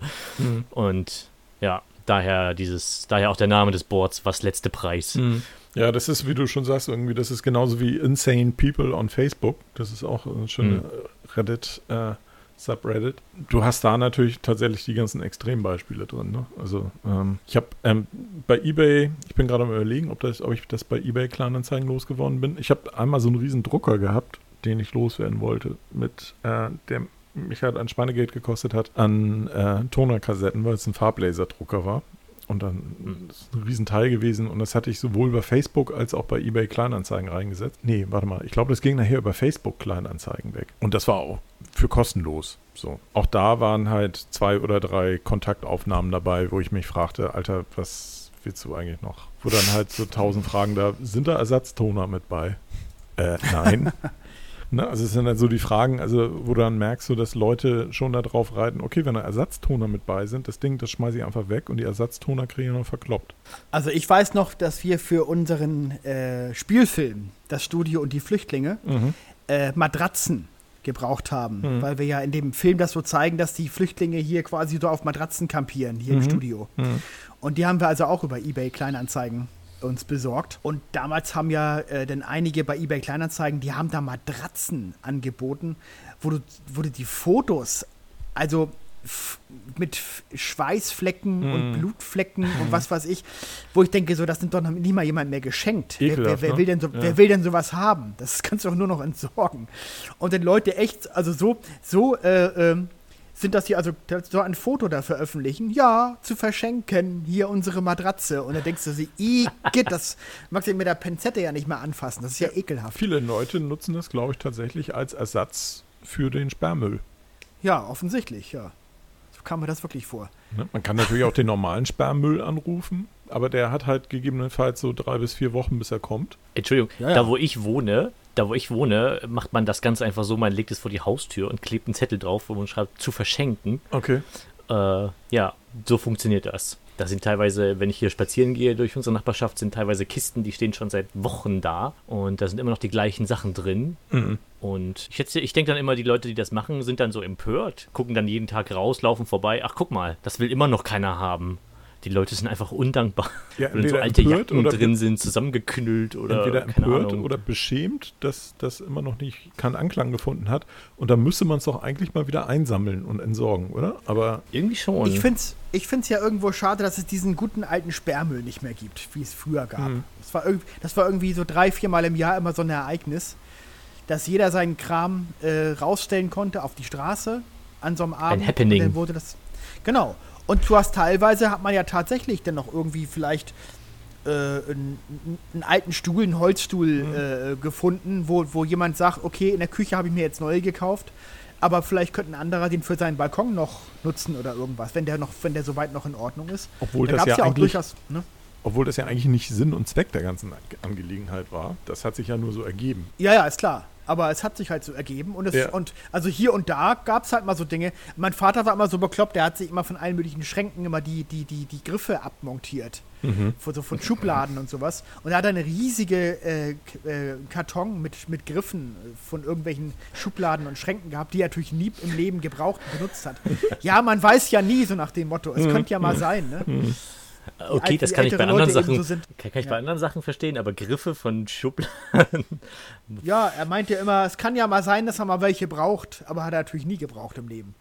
und ja, daher auch der Name des Boards, Was letzte Preis. Ja, das ist, wie du schon sagst, irgendwie, das ist genauso wie Insane People on Facebook. Das ist auch eine schöne Reddit Subreddit. Du hast da natürlich tatsächlich die ganzen Extrembeispiele drin. Ne? Also ich habe bei eBay, ich bin gerade am Überlegen, ob ich das bei eBay Kleinanzeigen losgeworden bin. Ich habe einmal so einen riesen Drucker gehabt, den ich loswerden wollte, der mich halt ein Schweinegeld gekostet hat an Tonerkassetten, weil es ein Farblaserdrucker war. Und dann ist ein Riesenteil gewesen, und das hatte ich sowohl bei Facebook als auch bei eBay Kleinanzeigen reingesetzt. Nee, warte mal, ich glaube, das ging nachher über Facebook Kleinanzeigen weg. Und das war auch für kostenlos. So. Auch da waren halt 2 oder 3 Kontaktaufnahmen dabei, wo ich mich fragte, Alter, was willst du eigentlich noch? Wo dann halt so 1000 Fragen da, sind da Ersatztoner mit bei? Nein. Ne, also es sind dann so die Fragen, also wo du dann merkst, so, dass Leute schon da drauf reiten, okay, wenn da Ersatztoner mit bei sind, das schmeiße ich einfach weg, und die Ersatztoner kriege ich noch verkloppt. Also ich weiß noch, dass wir für unseren Spielfilm, das Studio und die Flüchtlinge, Matratzen gebraucht haben, weil wir ja in dem Film das so zeigen, dass die Flüchtlinge hier quasi so auf Matratzen kampieren, hier im Studio. Und die haben wir also auch über eBay Kleinanzeigen uns besorgt. Und damals haben ja dann einige bei eBay Kleinanzeigen, die haben da Matratzen angeboten, wo du die Fotos, also mit Schweißflecken und Blutflecken und was weiß ich, wo ich denke, so, das sind doch noch nie mal jemand mehr geschenkt. Wer will denn sowas haben? Das kannst du doch nur noch entsorgen. Und dann Leute echt, also so sind das hier, also so ein Foto da veröffentlichen, ja, zu verschenken, hier unsere Matratze. Und dann denkst du sie, das magst du mit der Pinzette ja nicht mehr anfassen, das ist ja ekelhaft. Viele Leute nutzen das, glaube ich, tatsächlich als Ersatz für den Sperrmüll. Ja, offensichtlich, ja. kam mir das wirklich vor. Ne? Man kann natürlich auch den normalen Sperrmüll anrufen, aber der hat halt gegebenenfalls so 3 bis 4 Wochen, bis er kommt. Entschuldigung, da wo ich wohne, macht man das ganz einfach so, man legt es vor die Haustür und klebt einen Zettel drauf, wo man schreibt, zu verschenken. Okay. Ja, so funktioniert das. Da sind teilweise, wenn ich hier spazieren gehe durch unsere Nachbarschaft, sind teilweise Kisten, die stehen schon seit Wochen da und da sind immer noch die gleichen Sachen drin. Mhm. Und ich denke dann immer, die Leute, die das machen, sind dann so empört, gucken dann jeden Tag raus, laufen vorbei. Ach, guck mal, das will immer noch keiner haben. Die Leute sind einfach undankbar. Ja, wenn so alte Jacken oder drin sind, zusammengeknüllt oder entweder keine empört Ahnung. oder beschämt, dass das immer noch nicht keinen Anklang gefunden hat. Und da müsste man es doch eigentlich mal wieder einsammeln und entsorgen, oder? Aber irgendwie schon. Ich find's ja irgendwo schade, dass es diesen guten alten Sperrmüll nicht mehr gibt, wie es früher gab. Das war irgendwie so 3-4 Mal im Jahr immer so ein Ereignis, dass jeder seinen Kram rausstellen konnte auf die Straße an so einem Abend. Ein Happening. Und dann wurde das, genau. Und du hast teilweise, hat man ja tatsächlich dann noch irgendwie vielleicht einen alten Stuhl, einen Holzstuhl gefunden, wo jemand sagt, okay, in der Küche habe ich mir jetzt neue gekauft, aber vielleicht könnte ein anderer den für seinen Balkon noch nutzen oder irgendwas, wenn der soweit noch in Ordnung ist. Obwohl da das gab's ja auch eigentlich, durchaus, ne? obwohl das ja eigentlich nicht Sinn und Zweck der ganzen Angelegenheit war. Das hat sich ja nur so ergeben. Ja, ist klar. Aber es hat sich halt so ergeben. Und also hier und da gab es halt mal so Dinge. Mein Vater war immer so bekloppt, der hat sich immer von allen möglichen Schränken immer die Griffe abmontiert. Von Schubladen und sowas. Und er hat eine riesige Karton mit Griffen von irgendwelchen Schubladen und Schränken gehabt, die er natürlich nie im Leben gebraucht und benutzt hat. Ja, man weiß ja nie, so nach dem Motto. Es könnte ja mal sein, ne? Okay, das kann ich bei anderen Sachen, bei anderen Sachen verstehen, aber Griffe von Schubladen. Ja, er meinte immer, es kann ja mal sein, dass er mal welche braucht, aber hat er natürlich nie gebraucht im Leben.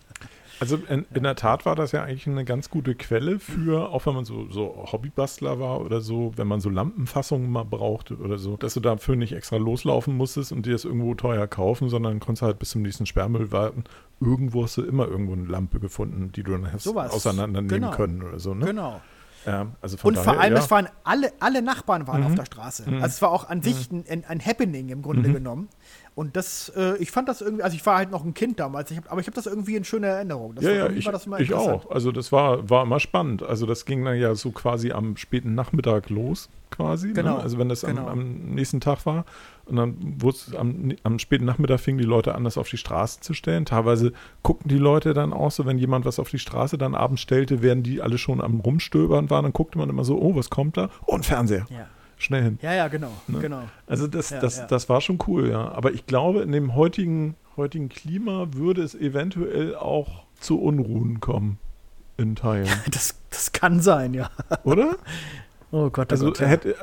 Also in der Tat war das ja eigentlich eine ganz gute Quelle für, auch wenn man so Hobbybastler war oder so, wenn man so Lampenfassungen mal brauchte oder so, dass du dafür nicht extra loslaufen musstest und dir das irgendwo teuer kaufen, sondern konntest halt bis zum nächsten Sperrmüll warten. Irgendwo hast du immer irgendwo eine Lampe gefunden, die du dann hast auseinandernehmen können oder so, ne? Genau. Also von und daher, vor allem, ja. es waren alle Nachbarn waren auf der Straße. Also es war auch an sich ein Happening im Grunde genommen. Und das, ich fand das irgendwie, also ich war halt noch ein Kind damals, aber ich habe das irgendwie in schöner Erinnerung. Ich auch. Also das war immer spannend. Also das ging dann ja so quasi am späten Nachmittag los, quasi. Genau. Ne? Also wenn das am nächsten Tag war. Und dann wurde es am späten Nachmittag fingen die Leute an, das auf die Straße zu stellen. Teilweise guckten die Leute dann auch so, wenn jemand was auf die Straße dann abends stellte, während die alle schon am Rumstöbern waren, dann guckte man immer so, oh, was kommt da? Oh, ein Fernseher. Ja. Schnell hin. Ja, genau, Ne? genau. Also das war schon cool, ja. Aber ich glaube, in dem heutigen Klima würde es eventuell auch zu Unruhen kommen in Teilen. Das kann sein, ja. Oder? Oh Gott, Also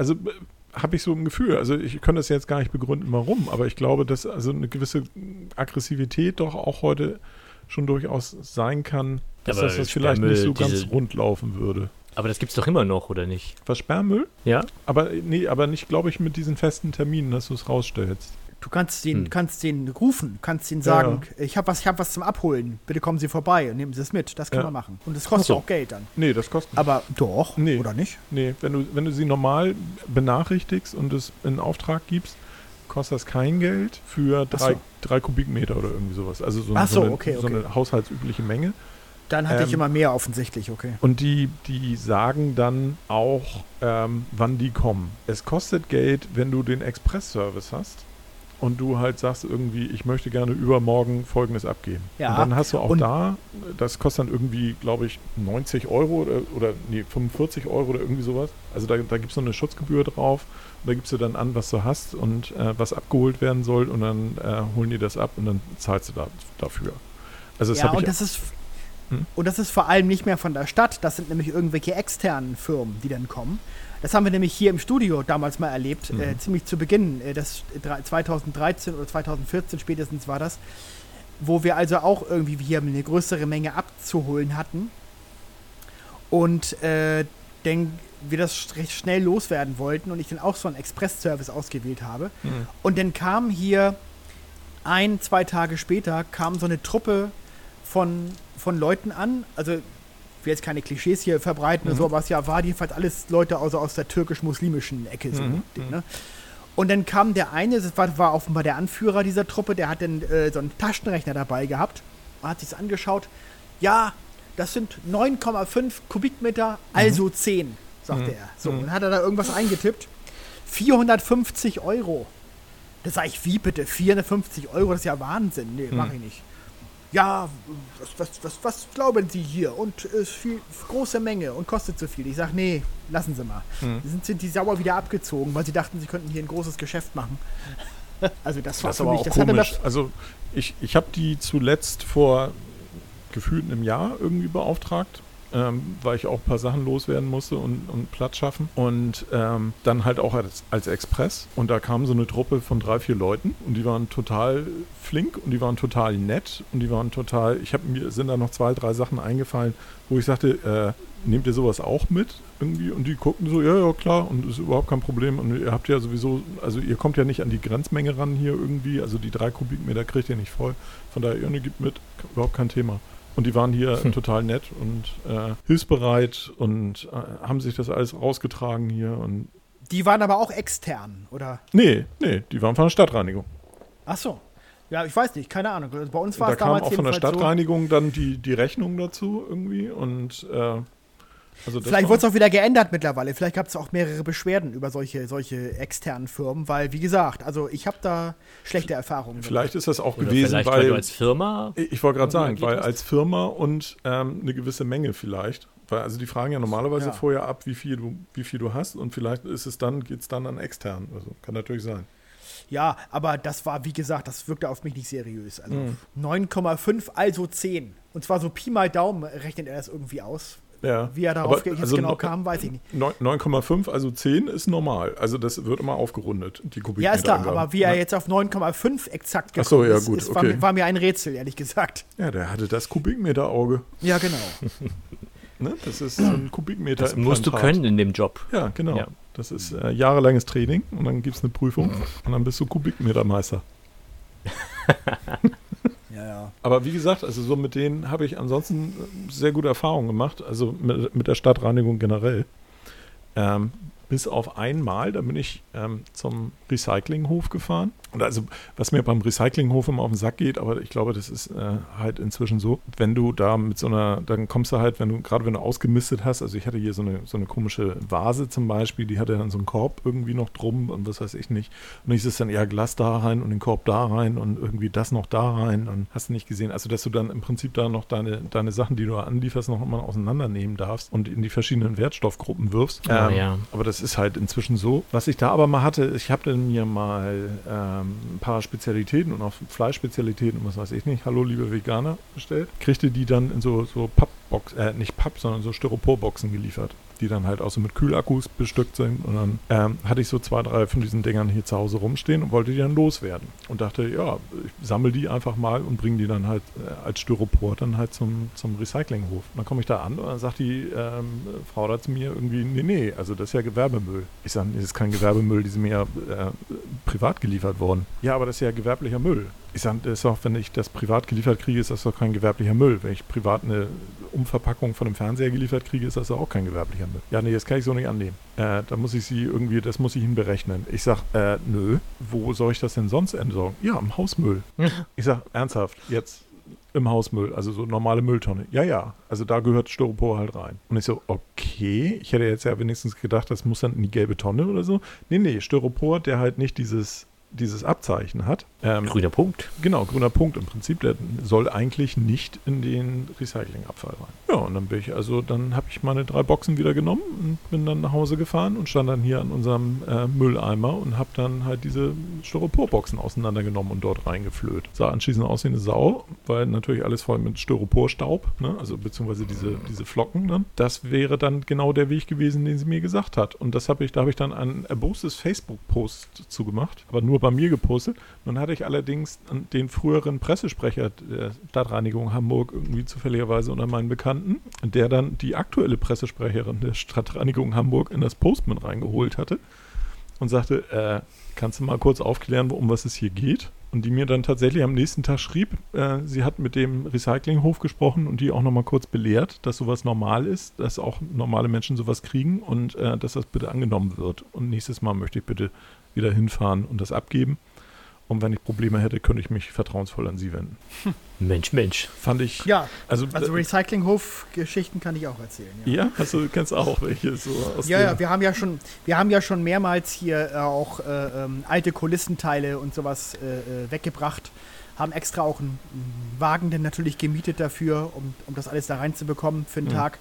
habe ich so ein Gefühl. Also ich kann das jetzt gar nicht begründen, warum, aber ich glaube, dass also eine gewisse Aggressivität doch auch heute schon durchaus sein kann, dass Aber das vielleicht nicht so ganz diese- rund laufen würde. Aber das gibt's doch immer noch, oder nicht? Was, Sperrmüll? Ja? Aber nicht, glaube ich, mit diesen festen Terminen, dass du es rausstellst. Du kannst den rufen, kannst den sagen, ich hab was zum Abholen, bitte kommen Sie vorbei und nehmen Sie es mit. Das kann man machen. Und das kostet auch Geld dann. Nee, das kostet nicht. Aber doch, Nee. oder nicht? Nee, wenn du sie normal benachrichtigst und es in Auftrag gibst, kostet das kein Geld für 3 Kubikmeter oder irgendwie sowas. Also so eine haushaltsübliche Menge. Dann hatte ich immer mehr offensichtlich, okay. Und die sagen dann auch, wann die kommen. Es kostet Geld, wenn du den Express-Service hast und du halt sagst irgendwie, ich möchte gerne übermorgen Folgendes abgeben. Ja. Und dann hast du auch das kostet dann irgendwie, glaube ich, 90 Euro oder 45 Euro oder irgendwie sowas. Also da gibt es so eine Schutzgebühr drauf. Und da gibst du dann an, was du hast und was abgeholt werden soll und dann holen die das ab und dann zahlst du dafür. Also das habe ich Und das ist vor allem nicht mehr von der Stadt, das sind nämlich irgendwelche externen Firmen, die dann kommen. Das haben wir nämlich hier im Studio damals mal erlebt, ziemlich zu Beginn, 2013 oder 2014 spätestens war das, wo wir also auch irgendwie hier eine größere Menge abzuholen hatten und dann wir das recht schnell loswerden wollten und ich dann auch so einen Express-Service ausgewählt habe. Und dann kam hier 1-2 Tage später kam so eine Truppe von Leuten an, also ich will jetzt keine Klischees hier verbreiten oder so, aber es war jedenfalls alles Leute aus der türkisch-muslimischen Ecke. So, ne? Und dann kam der eine, das war offenbar der Anführer dieser Truppe, der hat dann so einen Taschenrechner dabei gehabt, hat sich's angeschaut. Ja, das sind 9,5 Kubikmeter, also 10, sagte er. So, dann hat er da irgendwas eingetippt. 450 €. Da sag ich, wie bitte? 450 €, das ist ja Wahnsinn. Nee, mach ich nicht. Ja, was glauben Sie hier? Und ist viel, große Menge und kostet so viel. Ich sag, nee, lassen Sie mal. Sind die sauer wieder abgezogen, weil sie dachten, sie könnten hier ein großes Geschäft machen. Also das war Das für aber mich, auch das hatte komisch. Also ich habe die zuletzt vor gefühlt einem Jahr irgendwie beauftragt, weil ich auch ein paar Sachen loswerden musste und Platz schaffen. Und dann halt auch als Express. Und da kam so eine Truppe von 3, 4 Leuten und die waren total flink und die waren total nett und die waren total, mir sind da noch 2, 3 Sachen eingefallen, wo ich sagte, nehmt ihr sowas auch mit irgendwie? Und die guckten so, ja, klar, und ist überhaupt kein Problem. Und ihr habt ja sowieso, also ihr kommt ja nicht an die Grenzmenge ran hier irgendwie, also die 3 Kubikmeter kriegt ihr nicht voll. Von daher, ihr gibt mit, überhaupt kein Thema. Und die waren hier total nett und hilfsbereit und haben sich das alles rausgetragen hier. Und Die waren aber auch extern, oder? Nee, die waren von der Stadtreinigung. Ach so. Ja, ich weiß nicht, keine Ahnung. Bei uns war Da es kam damals auch von der jedenfalls Stadtreinigung dann die Rechnung dazu irgendwie und also das Vielleicht wurde es auch wieder geändert mittlerweile. Vielleicht gab es auch mehrere Beschwerden über solche externen Firmen, weil, wie gesagt, also ich habe da schlechte Erfahrungen Vielleicht ist das auch Oder gewesen, vielleicht, weil du als Firma. ich wollte gerade sagen, irgendwie weil agiert als Firma und eine gewisse Menge vielleicht. Weil, also die fragen ja normalerweise Ja. vorher ab, wie viel du hast und vielleicht geht es dann an extern. Also kann natürlich sein. Ja, aber das war, wie gesagt, das wirkte auf mich nicht seriös. Also 9,5, also 10. Und zwar so Pi mal Daumen rechnet er das irgendwie aus. Ja. Wie er darauf Aber, jetzt also genau kam, weiß ich nicht. 9,5, also 10 ist normal. Also das wird immer aufgerundet, die Kubikmeter. Ja, ist klar, Angaben. aber wie er jetzt auf 9,5 exakt gekommen Ach so, ja, ist, gut, war mir ein Rätsel, ehrlich gesagt. Ja, der hatte das Kubikmeterauge. Ja, genau. Ne? Das ist so ein Kubikmeter. Das musst du Implantat. können in dem Job. Ja, genau. Ja. Das ist jahrelanges Training und dann gibt es eine Prüfung und dann bist du Kubikmetermeister. Ja. Aber wie gesagt, also so mit denen habe ich ansonsten sehr gute Erfahrungen gemacht, also mit der Stadtreinigung generell. Bis auf einmal, da bin ich zum Recyclinghof gefahren. Und also, was mir beim Recyclinghof immer auf den Sack geht, aber ich glaube, das ist halt inzwischen so, wenn du da mit so einer, dann kommst du halt, wenn du ausgemistet hast, also ich hatte hier so eine komische Vase zum Beispiel, die hatte dann so einen Korb irgendwie noch drum und was weiß ich nicht. Und ich ist dann eher Glas da rein und den Korb da rein und irgendwie das noch da rein und hast du nicht gesehen. Also, dass du dann im Prinzip da noch deine Sachen, die du anlieferst, noch immer auseinandernehmen darfst und in die verschiedenen Wertstoffgruppen wirfst. Ja. Aber das ist halt inzwischen so. Was ich da aber mal hatte, ich habe dann mir mal ein paar Spezialitäten und auch Fleischspezialitäten und was weiß ich nicht, hallo liebe Veganer, bestellt. Kriegte die dann in so Pappboxen, nicht Papp, sondern so Styroporboxen geliefert, die dann halt auch so mit Kühlakkus bestückt sind. Und dann hatte ich so 2, 3 von diesen Dingern hier zu Hause rumstehen und wollte die dann loswerden. Und dachte, ja, ich sammle die einfach mal und bringe die dann halt als Styropor dann halt zum Recyclinghof. Und dann komme ich da an und dann sagt die Frau da zu mir irgendwie, nee, also das ist ja Gewerbemüll. Ich sage, das ist kein Gewerbemüll, die sind mir ja privat geliefert worden. Ja, aber das ist ja gewerblicher Müll. Ich sage, das ist doch, wenn ich das privat geliefert kriege, ist das doch kein gewerblicher Müll. Wenn ich privat eine Umverpackung von einem Fernseher geliefert kriege, ist das doch auch kein gewerblicher Müll. Ja, nee, das kann ich so nicht annehmen. Da muss ich sie irgendwie, das muss ich Ihnen berechnen. Ich sage, nö, wo soll ich das denn sonst entsorgen? Ja, im Hausmüll. Ich sage, ernsthaft, jetzt im Hausmüll, also so normale Mülltonne. Ja, also da gehört Styropor halt rein. Und ich so, okay, ich hätte jetzt ja wenigstens gedacht, das muss dann in die gelbe Tonne oder so. Nee, Styropor, der halt nicht dieses Abzeichen hat. Grüner Punkt. Genau, grüner Punkt im Prinzip. Der soll eigentlich nicht in den Recyclingabfall rein. Ja, und dann habe ich meine 3 Boxen wieder genommen und bin dann nach Hause gefahren und stand dann hier an unserem Mülleimer und habe dann halt diese Styroporboxen auseinandergenommen und dort reingeflöht. Sah anschließend aus wie eine Sau, weil natürlich alles voll mit Styroporstaub, ne? Also beziehungsweise diese Flocken. Ne? Das wäre dann genau der Weg gewesen, den sie mir gesagt hat. Und da habe ich dann ein erbostes Facebook-Post zugemacht, aber nur bei mir gepostet. Nun hatte ich allerdings den früheren Pressesprecher der Stadtreinigung Hamburg irgendwie zufälligerweise unter meinen Bekannten, der dann die aktuelle Pressesprecherin der Stadtreinigung Hamburg in das Post mit reingeholt hatte und sagte, kannst du mal kurz aufklären, um was es hier geht? Und die mir dann tatsächlich am nächsten Tag schrieb, sie hat mit dem Recyclinghof gesprochen und die auch nochmal kurz belehrt, dass sowas normal ist, dass auch normale Menschen sowas kriegen und dass das bitte angenommen wird. Und nächstes Mal möchte ich bitte wieder hinfahren und das abgeben. Und wenn ich Probleme hätte, könnte ich mich vertrauensvoll an Sie wenden. Mensch. Fand ich. Ja, also Recyclinghof-Geschichten kann ich auch erzählen. Ja, Kennst auch welche so aus ja, wir haben ja schon mehrmals hier auch alte Kulissenteile und sowas weggebracht. Haben extra auch einen Wagen denn natürlich gemietet dafür, um das alles da reinzubekommen für einen Tag.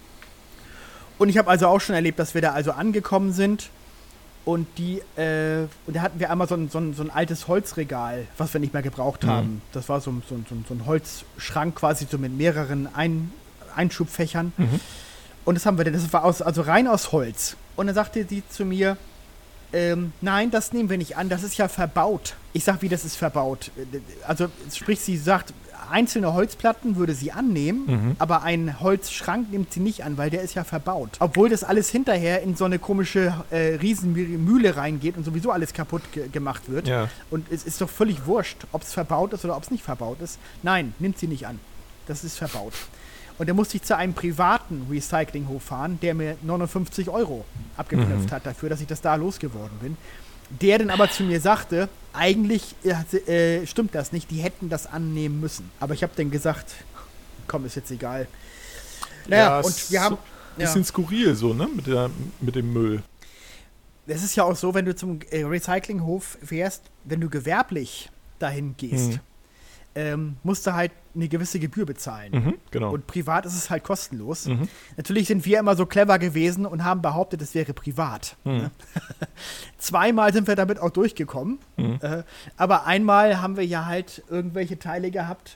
Und ich habe also auch schon erlebt, dass wir da also angekommen sind. Und da hatten wir einmal so ein altes Holzregal, was wir nicht mehr gebraucht haben. Das war so ein Holzschrank quasi so mit mehreren Einschubfächern. Und das war rein aus Holz. Und dann sagte sie zu mir, nein, das nehmen wir nicht an, das ist ja verbaut. Ich sag, wie, das ist verbaut? Also sprich, sie sagt, einzelne Holzplatten würde sie annehmen, aber einen Holzschrank nimmt sie nicht an, weil der ist ja verbaut. Obwohl das alles hinterher in so eine komische Riesenmühle reingeht und sowieso alles kaputt gemacht wird. Ja. Und es ist doch völlig wurscht, ob es verbaut ist oder ob es nicht verbaut ist. Nein, nimmt sie nicht an. Das ist verbaut. Und dann musste ich zu einem privaten Recyclinghof fahren, der mir 59 € abgeknöpft hat dafür, dass ich das da losgeworden bin. Der dann aber zu mir sagte, eigentlich stimmt das nicht, die hätten das annehmen müssen. Aber ich habe dann gesagt, komm, ist jetzt egal. Naja, und wir haben... Bisschen skurril so, ne, mit dem Müll. Es ist ja auch so, wenn du zum Recyclinghof fährst, wenn du gewerblich dahin gehst, musst du halt eine gewisse Gebühr bezahlen. Genau. Und privat ist es halt kostenlos. Natürlich sind wir immer so clever gewesen und haben behauptet, es wäre privat. Zweimal sind wir damit auch durchgekommen. Aber einmal haben wir ja halt irgendwelche Teile gehabt.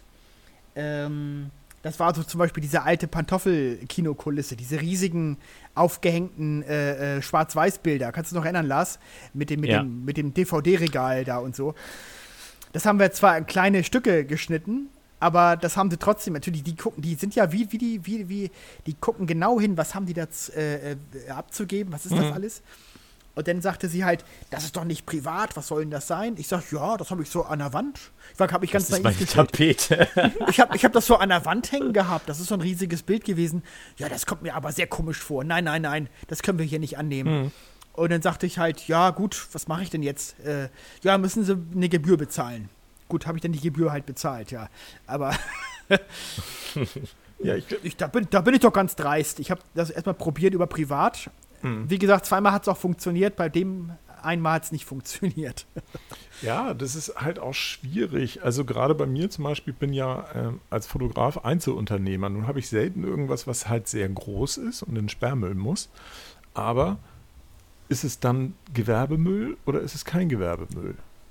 Das war so zum Beispiel diese alte Pantoffel-Kinokulisse, diese riesigen aufgehängten Schwarz-Weiß-Bilder. Kannst du dich noch erinnern, Lars? Mit dem DVD-Regal da und so. Das haben wir zwar in kleine Stücke geschnitten, aber das haben sie trotzdem, natürlich, die sind ja die gucken genau hin, was haben die da abzugeben, was ist das alles? Und dann sagte sie halt, das ist doch nicht privat, was soll denn das sein? Ich sag, ja, das habe ich so an der Wand. Habe ich ganz naiv gesagt. Tapete. Ich hab das so an der Wand hängen gehabt, das ist so ein riesiges Bild gewesen. Ja, das kommt mir aber sehr komisch vor. Nein, das können wir hier nicht annehmen. Und dann sagte ich halt, ja gut, was mache ich denn jetzt? Ja, müssen Sie eine Gebühr bezahlen. Gut, habe ich dann die Gebühr halt bezahlt, ja. Aber da bin ich doch ganz dreist. Ich habe das erstmal probiert über privat. Wie gesagt, zweimal hat es auch funktioniert, bei dem einmal hat es nicht funktioniert. Ja, das ist halt auch schwierig. Also gerade bei mir zum Beispiel, bin ja als Fotograf Einzelunternehmer. Nun habe ich selten irgendwas, was halt sehr groß ist und in den Sperrmüll muss. Aber ist es dann Gewerbemüll oder ist es kein Gewerbemüll?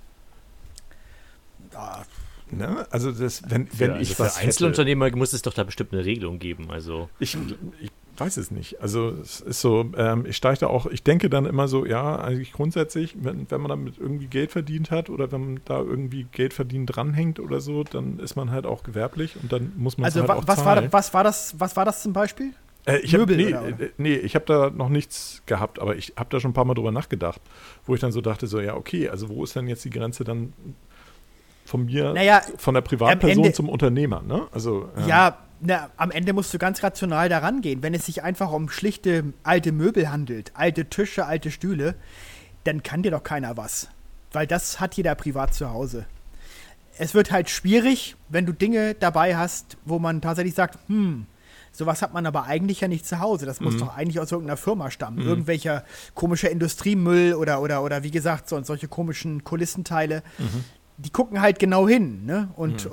Ne? Also wenn ich was für Einzelunternehmer muss es doch da bestimmt eine Regelung geben. Also ich weiß es nicht. Also es ist so, ich denke dann immer so, ja, eigentlich grundsätzlich, wenn man damit irgendwie Geld verdient hat oder wenn man da irgendwie Geld verdienen dranhängt oder so, dann ist man halt auch gewerblich und dann muss man es halt auch zahlen. Was war das zum Beispiel? Ich habe da noch nichts gehabt, aber ich habe da schon ein paar Mal drüber nachgedacht, wo ich dann so dachte, so ja, okay, also wo ist denn jetzt die Grenze dann von mir, von der Privatperson zum Unternehmer, ne? Also am Ende musst du ganz rational daran gehen. Wenn es sich einfach um schlichte alte Möbel handelt, alte Tische, alte Stühle, dann kann dir doch keiner was. Weil das hat jeder privat zu Hause. Es wird halt schwierig, wenn du Dinge dabei hast, wo man tatsächlich sagt, sowas hat man aber eigentlich ja nicht zu Hause. Das muss doch eigentlich aus irgendeiner Firma stammen. Irgendwelcher komischer Industriemüll oder wie gesagt, solche komischen Kulissenteile. Die gucken halt genau hin, ne?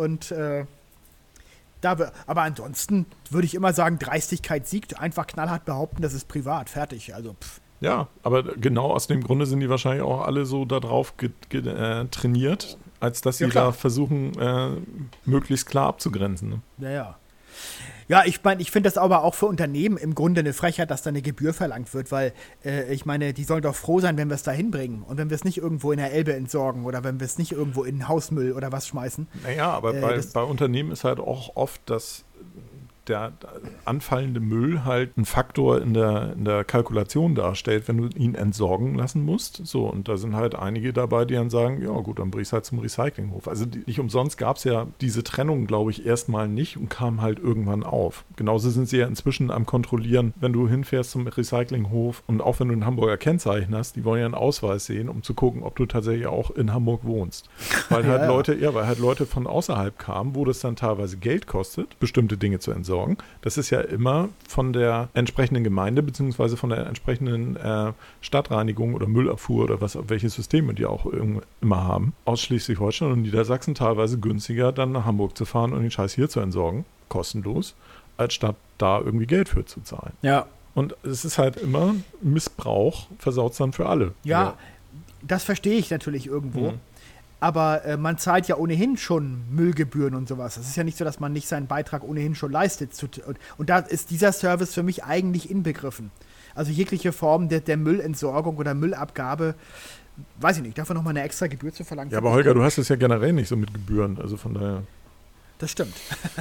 Aber ansonsten würde ich immer sagen, Dreistigkeit siegt. Einfach knallhart behaupten, das ist privat. Fertig. Also, Ja, aber genau aus dem Grunde sind die wahrscheinlich auch alle so darauf trainiert, als dass sie da versuchen, möglichst klar abzugrenzen. Ne? Ja. Ja, ich meine, ich finde das aber auch für Unternehmen im Grunde eine Frechheit, dass da eine Gebühr verlangt wird, weil ich meine, die sollen doch froh sein, wenn wir es da hinbringen und wenn wir es nicht irgendwo in der Elbe entsorgen oder wenn wir es nicht irgendwo in den Hausmüll oder was schmeißen. Naja, aber bei Unternehmen ist halt auch oft, dass der anfallende Müll halt ein Faktor in der Kalkulation darstellt, wenn du ihn entsorgen lassen musst. So, und da sind halt einige dabei, die dann sagen, ja gut, dann bring ich es halt zum Recyclinghof. Also nicht umsonst gab es ja diese Trennung, glaube ich, erstmal nicht und kam halt irgendwann auf. Genauso sind sie ja inzwischen am Kontrollieren, wenn du hinfährst zum Recyclinghof und auch wenn du ein Hamburger Kennzeichen hast, die wollen ja einen Ausweis sehen, um zu gucken, ob du tatsächlich auch in Hamburg wohnst. Weil halt Leute von außerhalb kamen, wo das dann teilweise Geld kostet, bestimmte Dinge zu entsorgen. Das ist ja immer von der entsprechenden Gemeinde beziehungsweise von der entsprechenden Stadtreinigung oder Müllabfuhr oder welche Systeme die auch immer haben, aus Schleswig-Holstein und Niedersachsen teilweise günstiger, dann nach Hamburg zu fahren und den Scheiß hier zu entsorgen, kostenlos, als statt da irgendwie Geld für zu zahlen. Ja. Und es ist halt immer Missbrauch, versaut es dann für alle. Ja, das verstehe ich natürlich irgendwo. Aber man zahlt ja ohnehin schon Müllgebühren und sowas. Es ist ja nicht so, dass man nicht seinen Beitrag ohnehin schon leistet. Und da ist dieser Service für mich eigentlich inbegriffen. Also jegliche Form der Müllentsorgung oder Müllabgabe, weiß ich nicht, dafür nochmal eine extra Gebühr zu verlangen. Ja, aber Holger, du hast es ja generell nicht so mit Gebühren. Also von daher. Das stimmt.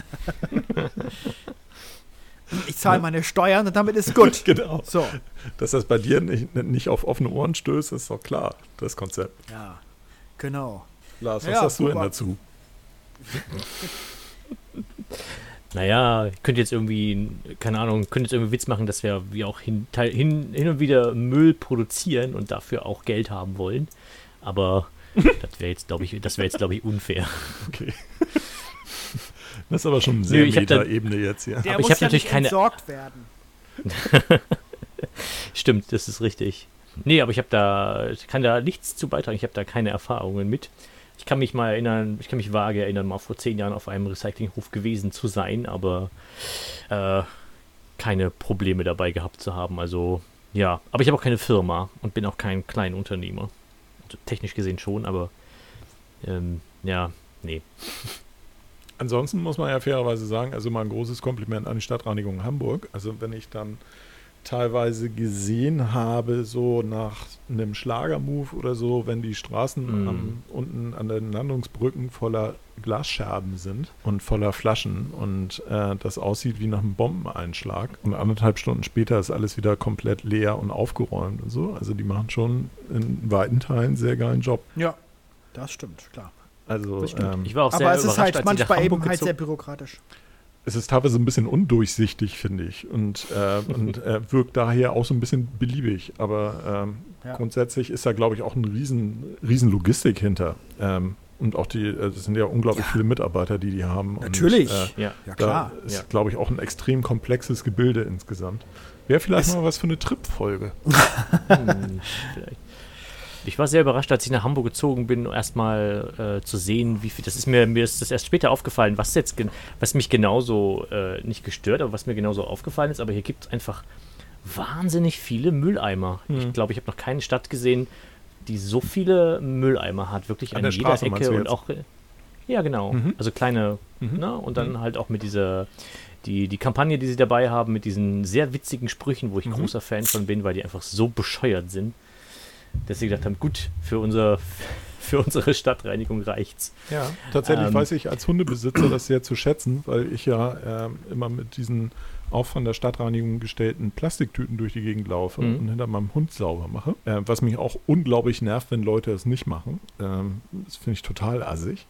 Ich zahle meine Steuern und damit ist gut. Genau. So. Dass das bei dir nicht auf offene Ohren stößt, ist doch klar, das Konzept. Ja, genau. Lars, was sagst du denn dazu? Naja, ich könnte jetzt irgendwie, keine Ahnung, Witz machen, dass wir auch hin und wieder Müll produzieren und dafür auch Geld haben wollen. Aber das wäre jetzt, glaube ich, unfair. Okay. Das ist aber schon eine sehr Meta-Ebene jetzt hier. Der aber muss ich habe natürlich nicht keine entsorgt werden. Stimmt, das ist richtig. Nee, aber ich kann da nichts zu beitragen. Ich habe da keine Erfahrungen mit. Ich kann mich vage erinnern, mal vor 10 Jahren auf einem Recyclinghof gewesen zu sein, aber keine Probleme dabei gehabt zu haben. Also, ja. Aber ich habe auch keine Firma und bin auch kein Kleinunternehmer. Also, technisch gesehen schon, aber ja, nee. Ansonsten muss man ja fairerweise sagen, also mal ein großes Kompliment an die Stadtreinigung Hamburg. Also wenn ich dann teilweise gesehen habe, so nach einem Schlagermove oder so, wenn die Straßen unten an den Landungsbrücken voller Glasscherben sind und voller Flaschen und das aussieht wie nach einem Bombeneinschlag und 1,5 Stunden später ist alles wieder komplett leer und aufgeräumt und so. Also die machen schon in weiten Teilen einen sehr geilen Job. Ja, das stimmt, klar. Also, ich war auch sehr aber es ist überrascht, halt manchmal eben halt sehr bürokratisch. Es ist teilweise ein bisschen undurchsichtig, finde ich, und wirkt daher auch so ein bisschen beliebig. Aber grundsätzlich ist da, glaube ich, auch eine riesen Logistik hinter. Und auch das sind ja unglaublich viele Mitarbeiter, die haben. Natürlich, und, ja klar. Da ist, glaube ich, auch ein extrem komplexes Gebilde insgesamt. Wäre vielleicht mal was für eine Trip-Folge. Vielleicht. Ich war sehr überrascht, als ich nach Hamburg gezogen bin, erstmal zu sehen, wie viel. Mir ist das erst später aufgefallen, was mich genauso nicht gestört, aber was mir genauso aufgefallen ist. Aber hier gibt es einfach wahnsinnig viele Mülleimer. Ich glaube, ich habe noch keine Stadt gesehen, die so viele Mülleimer hat, wirklich an jeder Straße, Ecke und auch. Ja, genau. Also kleine, ne? Und dann halt auch mit dieser. Die Kampagne, die sie dabei haben, mit diesen sehr witzigen Sprüchen, wo ich großer Fan von bin, weil die einfach so bescheuert sind, dass sie gedacht haben, gut, für unsere Stadtreinigung reicht's. Ja, tatsächlich weiß ich als Hundebesitzer das sehr zu schätzen, weil ich ja immer mit diesen auch von der Stadtreinigung gestellten Plastiktüten durch die Gegend laufe und hinter meinem Hund sauber mache. Was mich auch unglaublich nervt, wenn Leute es nicht machen. Das finde ich total assig.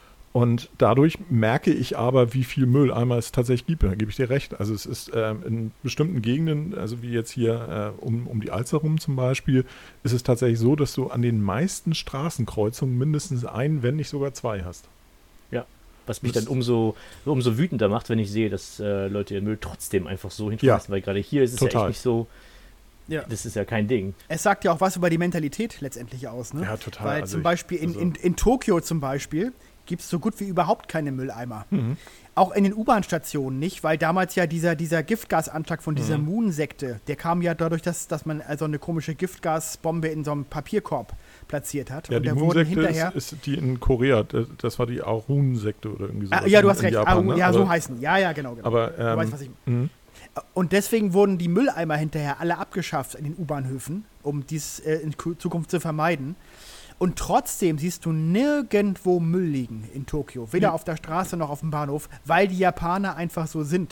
Und dadurch merke ich aber, wie viel Mülleimer es tatsächlich gibt. Da gebe ich dir recht. Also es ist in bestimmten Gegenden, also wie jetzt hier um die Alster rum zum Beispiel, ist es tatsächlich so, dass du an den meisten Straßenkreuzungen mindestens ein, wenn nicht sogar 2 hast. Ja, was mich dann umso wütender macht, wenn ich sehe, dass Leute ihren Müll trotzdem einfach so hinschmeißen, weil gerade hier ist es ja echt nicht so. Ja. Das ist ja kein Ding. Es sagt ja auch was über die Mentalität letztendlich aus. Ne? Ja, total. Weil zum Beispiel in Tokio zum Beispiel gibt es so gut wie überhaupt keine Mülleimer. Auch in den U-Bahn-Stationen nicht, weil damals ja dieser Giftgasanschlag von dieser Moon-Sekte, der kam ja dadurch, dass man also eine komische Giftgasbombe in so einem Papierkorb platziert hat. Ja, und die Moon-Sekte ist die in Korea, das war die Arun-Sekte oder irgendwie sowas. Ja, du hast recht, Japan, Arun, ja, so heißen. Ja, genau. Aber, du weißt, was ich meine. Und deswegen wurden die Mülleimer hinterher alle abgeschafft in den U-Bahnhöfen, um dies in Zukunft zu vermeiden. Und trotzdem siehst du nirgendwo Müll liegen in Tokio. Weder auf der Straße noch auf dem Bahnhof, weil die Japaner einfach so sind.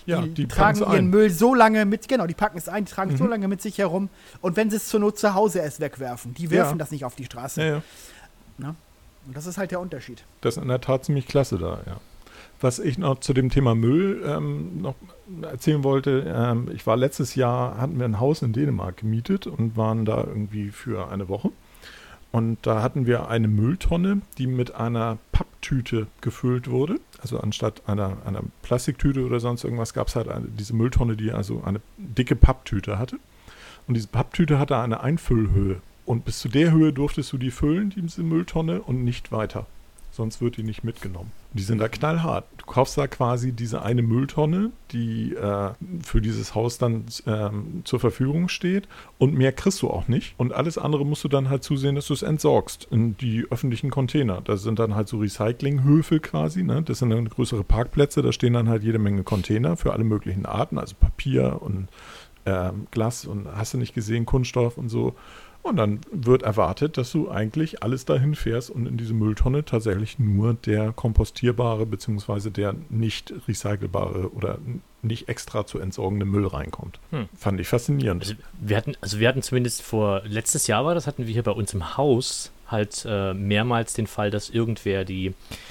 Ja, die tragen ihren Müll so lange mit, genau, die packen es ein, die tragen es so lange mit sich herum. Und wenn sie es zur Not zu Hause erst wegwerfen, die werfen das nicht auf die Straße. Ja. Na? Und das ist halt der Unterschied. Das ist in der Tat ziemlich klasse da, ja. Was ich noch zu dem Thema Müll noch erzählen wollte, ich war letztes Jahr, hatten wir ein Haus in Dänemark gemietet und waren da irgendwie für eine Woche. Und da hatten wir eine Mülltonne, die mit einer Papptüte gefüllt wurde. Also anstatt einer Plastiktüte oder sonst irgendwas gab es halt diese Mülltonne, die also eine dicke Papptüte hatte. Und diese Papptüte hatte eine Einfüllhöhe. Und bis zu der Höhe durftest du die füllen, diese Mülltonne, und nicht weiter. Sonst wird die nicht mitgenommen. Die sind da knallhart. Du kaufst da quasi diese eine Mülltonne, die für dieses Haus dann zur Verfügung steht. Und mehr kriegst du auch nicht. Und alles andere musst du dann halt zusehen, dass du es entsorgst in die öffentlichen Container. Das sind dann halt so Recyclinghöfe quasi. Ne? Das sind dann größere Parkplätze. Da stehen dann halt jede Menge Container für alle möglichen Arten. Also Papier und Glas und hast du nicht gesehen, Kunststoff und so. Und dann wird erwartet, dass du eigentlich alles dahin fährst und in diese Mülltonne tatsächlich nur der kompostierbare bzw. der nicht recycelbare oder nicht extra zu entsorgende Müll reinkommt. Fand ich faszinierend. Also wir hatten zumindest letztes Jahr hatten wir hier bei uns im Haus halt mehrmals den Fall, dass irgendwer die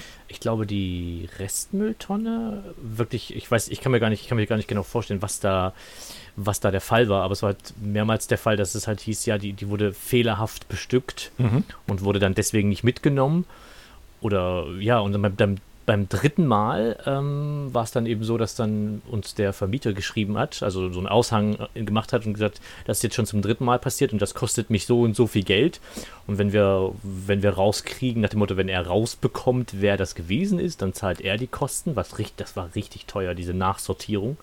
Restmülltonne wirklich, ich kann mir gar nicht genau vorstellen, was da der Fall war, aber es war halt mehrmals der Fall, dass es halt hieß, ja, die wurde fehlerhaft bestückt und wurde dann deswegen nicht mitgenommen. Oder ja, und dann beim dritten Mal war es dann eben so, dass dann uns der Vermieter geschrieben hat, also so einen Aushang gemacht hat und gesagt, das ist jetzt schon zum dritten Mal passiert und das kostet mich so und so viel Geld. Und wenn wir rauskriegen, nach dem Motto, wenn er rausbekommt, wer das gewesen ist, dann zahlt er die Kosten. Das war richtig teuer, diese Nachsortierung.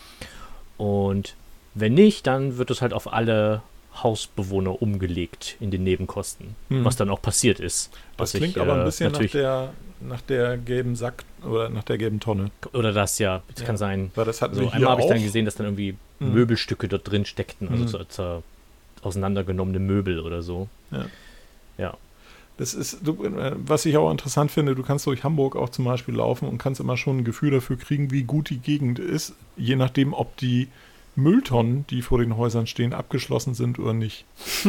Und wenn nicht, dann wird es halt auf alle Hausbewohner umgelegt in den Nebenkosten, was dann auch passiert ist. Das klingt aber ein bisschen nach der gelben Sack oder nach der gelben Tonne. Oder das, ja. Das kann sein. Weil das hatten wir hier einmal habe ich dann auch gesehen, dass dann irgendwie Möbelstücke dort drin steckten, also auseinandergenommene Möbel oder so. Ja. Das ist, was ich auch interessant finde, du kannst durch Hamburg auch zum Beispiel laufen und kannst immer schon ein Gefühl dafür kriegen, wie gut die Gegend ist, je nachdem, ob die Mülltonnen, die vor den Häusern stehen, abgeschlossen sind oder nicht.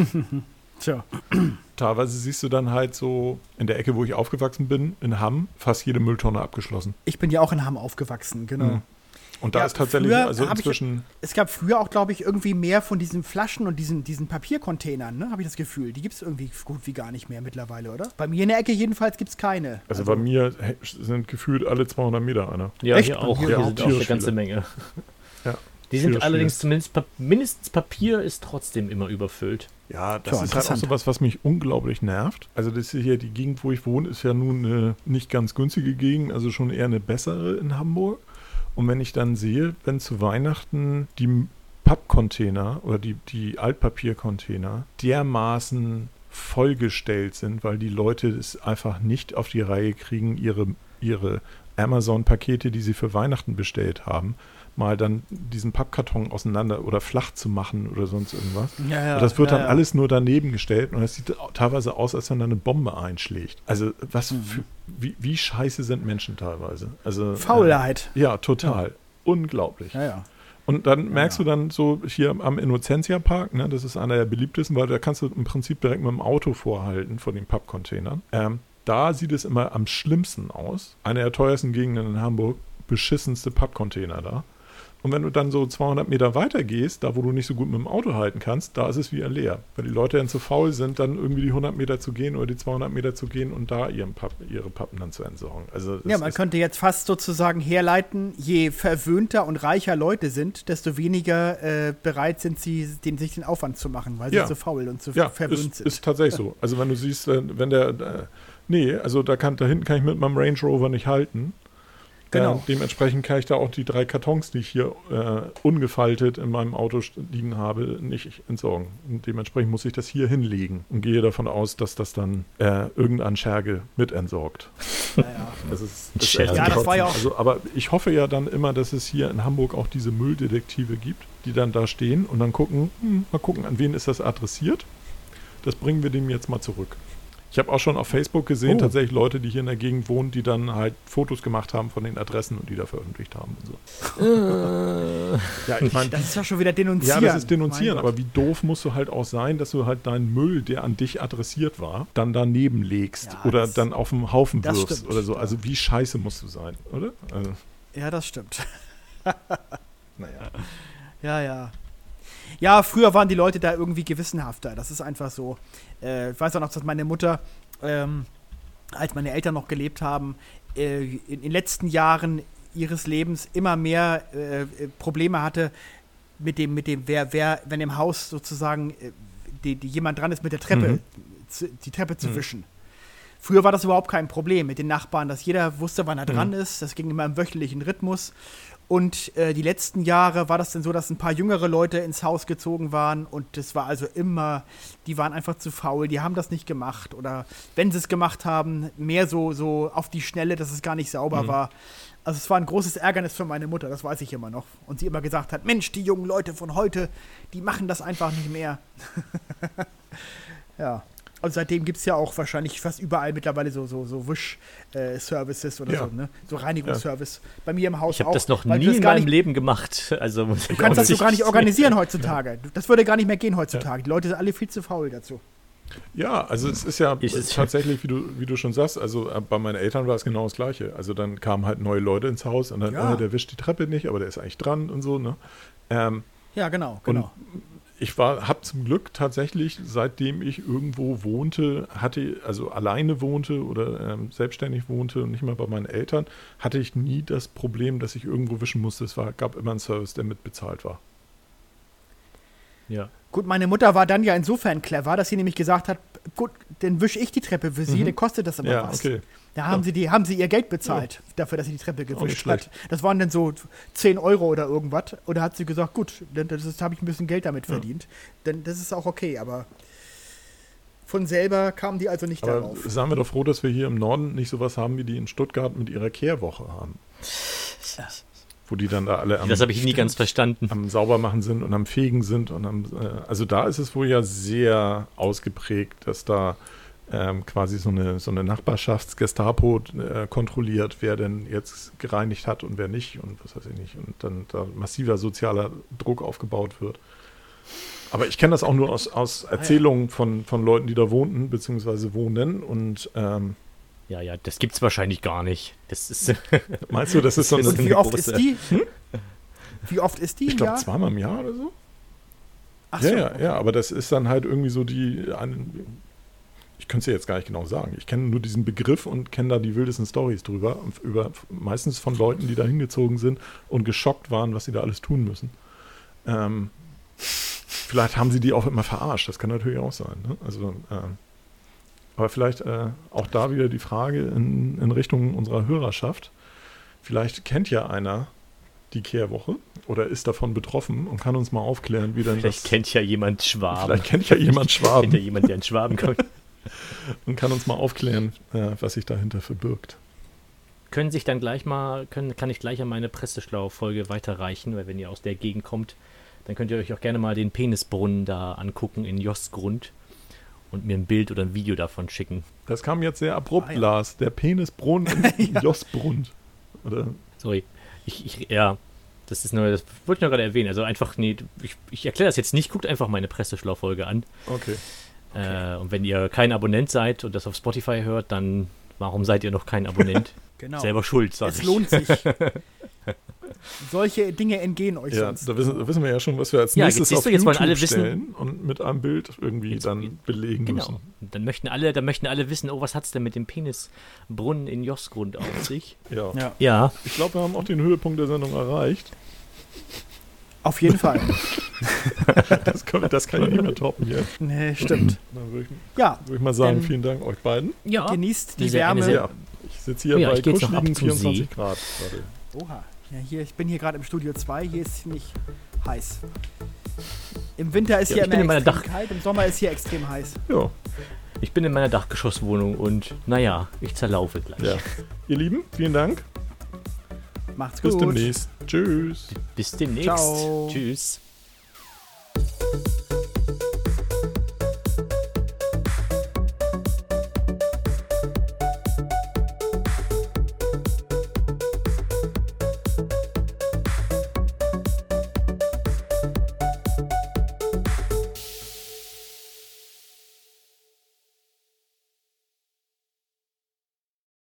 Tja. Teilweise siehst du dann halt so in der Ecke, wo ich aufgewachsen bin, in Hamm, fast jede Mülltonne abgeschlossen. Ich bin ja auch in Hamm aufgewachsen, genau. Und da ist tatsächlich, also inzwischen... Es gab früher auch, glaube ich, irgendwie mehr von diesen Flaschen und diesen Papiercontainern, ne, habe ich das Gefühl. Die gibt es irgendwie gut wie gar nicht mehr mittlerweile, oder? Bei mir in der Ecke jedenfalls gibt es keine. Also bei mir sind gefühlt alle 200 Meter einer. Ja, echt? Hier auch. Hier Hier sind auch eine ganze Menge. Ja. Die sind allerdings mindestens Papier ist trotzdem immer überfüllt. Ja, das ist halt auch sowas, was mich unglaublich nervt. Also das ist hier die Gegend, wo ich wohne, ist ja nun eine nicht ganz günstige Gegend, also schon eher eine bessere in Hamburg. Und wenn ich dann sehe, wenn zu Weihnachten die Pappcontainer oder die Altpapiercontainer dermaßen vollgestellt sind, weil die Leute es einfach nicht auf die Reihe kriegen, ihre Amazon-Pakete, die sie für Weihnachten bestellt haben, mal dann diesen Pappkarton auseinander oder flach zu machen oder sonst irgendwas. Ja, und das wird dann alles nur daneben gestellt und es sieht teilweise aus, als wenn da eine Bombe einschlägt. Also wie scheiße sind Menschen teilweise. Also Faulheit. Ja, total. Ja. Unglaublich. Ja. Und dann merkst du dann so hier am Innocentia-Park, ne, das ist einer der beliebtesten, weil da kannst du im Prinzip direkt mit dem Auto vorhalten von den Pappcontainern. Da sieht es immer am schlimmsten aus. Eine der teuersten Gegenden in Hamburg, beschissenste Pappcontainer da. Und wenn du dann so 200 Meter weiter gehst, da wo du nicht so gut mit dem Auto halten kannst, da ist es wieder leer. Weil die Leute dann zu faul sind, dann irgendwie die 100 Meter zu gehen oder die 200 Meter zu gehen und da ihre Pappen dann zu entsorgen. Also ja, man könnte jetzt fast sozusagen herleiten, je verwöhnter und reicher Leute sind, desto weniger bereit sind sie, sich den Aufwand zu machen, weil sie zu faul und zu verwöhnt sind. Ist tatsächlich so. Also wenn du siehst, wenn also da hinten kann ich mit meinem Range Rover nicht halten. Genau. Dementsprechend kann ich da auch die 3 Kartons, die ich hier ungefaltet in meinem Auto liegen habe, nicht entsorgen. Und dementsprechend muss ich das hier hinlegen und gehe davon aus, dass das dann irgendein Scherge mit entsorgt. Ja. Das ist das war ja auch. Also, aber ich hoffe ja dann immer, dass es hier in Hamburg auch diese Mülldetektive gibt, die dann da stehen und dann mal gucken, an wen ist das adressiert. Das bringen wir dem jetzt mal zurück. Ich habe auch schon auf Facebook gesehen, tatsächlich Leute, die hier in der Gegend wohnen, die dann halt Fotos gemacht haben von den Adressen und die da veröffentlicht haben und so. Ja, ich meine, Das ist ja schon wieder denunzieren. ja, das ist denunzieren, aber wie doof musst du halt auch sein, dass du halt deinen Müll, der an dich adressiert war, dann daneben legst Ja, oder dann auf den Haufen das wirfst stimmt, oder so. ja. Also wie scheiße musst du sein, oder? Also, Ja, das stimmt. naja. Ja. Ja, früher waren die Leute da irgendwie gewissenhafter. Das ist einfach so. Ich weiß auch noch, dass meine Mutter, als meine Eltern noch gelebt haben, in den letzten Jahren ihres Lebens immer mehr Probleme hatte mit dem, wenn im Haus sozusagen jemand dran ist, mit der Treppe, die Treppe zu wischen. Früher war das überhaupt kein Problem mit den Nachbarn, dass jeder wusste, wann er dran ist. Das ging immer im wöchentlichen Rhythmus. Und die letzten Jahre war das dann so, dass ein paar jüngere Leute ins Haus gezogen waren und das war also immer, die waren einfach zu faul, die haben das nicht gemacht oder wenn sie es gemacht haben, mehr so auf die Schnelle, dass es gar nicht sauber war. Also es war ein großes Ärgernis für meine Mutter, das weiß ich immer noch. Und sie immer gesagt hat, Mensch, die jungen Leute von heute, die machen das einfach nicht mehr. Ja. Und seitdem gibt es ja auch wahrscheinlich fast überall mittlerweile so Wisch-Services oder so, ne? So Reinigungsservice. Bei mir im Haus Ich habe auch. das noch weil nie du das in gar meinem nicht, Leben gemacht. Also, Du kannst das so gar nicht organisieren heutzutage. Das würde gar nicht mehr gehen heutzutage. Die Leute sind alle viel zu faul dazu. Ja, also es ist ja tatsächlich, wie du schon sagst, also bei meinen Eltern war es genau das Gleiche. Also dann kamen halt neue Leute ins Haus und dann, der wischt die Treppe nicht, aber der ist eigentlich dran und so, ne? Ja, genau. Und ich habe zum Glück tatsächlich, seitdem ich irgendwo wohnte, also alleine wohnte oder selbstständig wohnte und nicht mal bei meinen Eltern, hatte ich nie das Problem, dass ich irgendwo wischen musste. Es gab immer einen Service, der mitbezahlt war. Ja. Gut, meine Mutter war dann ja insofern clever, dass sie nämlich gesagt hat, gut, dann wische ich die Treppe für sie, dann kostet das aber was. Okay. Da haben sie ihr Geld bezahlt, dafür, dass sie die Treppe nicht gewischt schlecht. hat. Das waren dann so 10 Euro oder irgendwas. Oder hat sie gesagt, gut, das habe ich ein bisschen Geld damit verdient. Denn das ist auch okay, aber von selber kamen die also nicht Aber darauf. seien wir doch froh, dass wir hier im Norden nicht sowas haben, wie die in Stuttgart mit ihrer Kehrwoche haben. Wo die dann da alle Das habe ich nie ganz verstanden. am Saubermachen sind und am Fegen sind. Und also da ist es wohl ja sehr ausgeprägt, dass da quasi so eine Nachbarschafts-Gestapo kontrolliert, wer denn jetzt gereinigt hat und wer nicht und was weiß ich nicht. Und dann da massiver sozialer Druck aufgebaut wird. Aber ich kenne das auch nur aus Erzählungen von Leuten, die da wohnten, beziehungsweise wohnen. Und Ja, das gibt's wahrscheinlich gar nicht. Das ist meinst du, das ist so eine... Und wie oft ist die? Wie oft ist die? Ich glaube, zweimal im Jahr oder so. Ach so. Ja, aber das ist dann halt irgendwie so ich könnte es ja jetzt gar nicht genau sagen. Ich kenne nur diesen Begriff und kenne da die wildesten Storys drüber. Meistens von Leuten, die da hingezogen sind und geschockt waren, was sie da alles tun müssen. Vielleicht haben sie die auch immer verarscht. Das kann natürlich auch sein. Ne? Also, aber vielleicht auch da wieder die Frage in Richtung unserer Hörerschaft. Vielleicht kennt ja einer die Kehrwoche oder ist davon betroffen und kann uns mal aufklären, wie denn Vielleicht kennt ja jemand Schwaben. Vielleicht kennt ja jemand Schwaben. Kennt ja jemand, der in Schwaben kommt. Und kann uns mal aufklären, was sich dahinter verbirgt. Kann ich gleich an meine Presseschlau-Folge weiterreichen, weil wenn ihr aus der Gegend kommt, dann könnt ihr euch auch gerne mal den Penisbrunnen da angucken in Jostgrund und mir ein Bild oder ein Video davon schicken. Das kam jetzt sehr abrupt, Lars. Der Penisbrunnen in Jostbrunn. Oder? Sorry. Das wollte ich nur gerade erwähnen. Also einfach, ich erkläre das jetzt nicht. Guckt einfach meine Presseschlau-Folge an. Okay. Und wenn ihr kein Abonnent seid und das auf Spotify hört, dann warum seid ihr noch kein Abonnent? Genau. Selber schuld, sag ich. Es lohnt sich. Solche Dinge entgehen euch Ja, sonst. da wissen wir ja schon, was wir als Ja, nächstes jetzt auf siehst du, jetzt wollen YouTube alle wissen- stellen und mit einem Bild irgendwie dann belegen müssen. Genau. Und dann möchten alle wissen, was hat's denn mit dem Penisbrunnen in Jostgrund auf sich? Ja. Ja. Ich glaube, wir haben auch den Höhepunkt der Sendung erreicht. Auf jeden Fall. Das kann ich nicht mehr toppen hier. Nee, stimmt. Dann würde Ja, ich mal sagen, Dann- vielen Dank euch beiden. Ja. genießt die Sehr- eine Wärme. sehr- Ja, ich sitze hier Ja, bei ich geh jetzt noch kuscheligen ab zum 24 See. Grad gerade. Oha. Ja, ich bin hier gerade im Studio 2. Hier ist ziemlich heiß. Im Winter ist Ja, hier ich bin in immer meiner extrem kalt, im Sommer ist hier extrem heiß. Ja, Ich bin in meiner Dachgeschosswohnung und ich zerlaufe gleich. ja. Ihr Lieben, vielen Dank. Macht's Bis gut. demnächst. Tschüss. Bis demnächst. Ciao. Tschüss.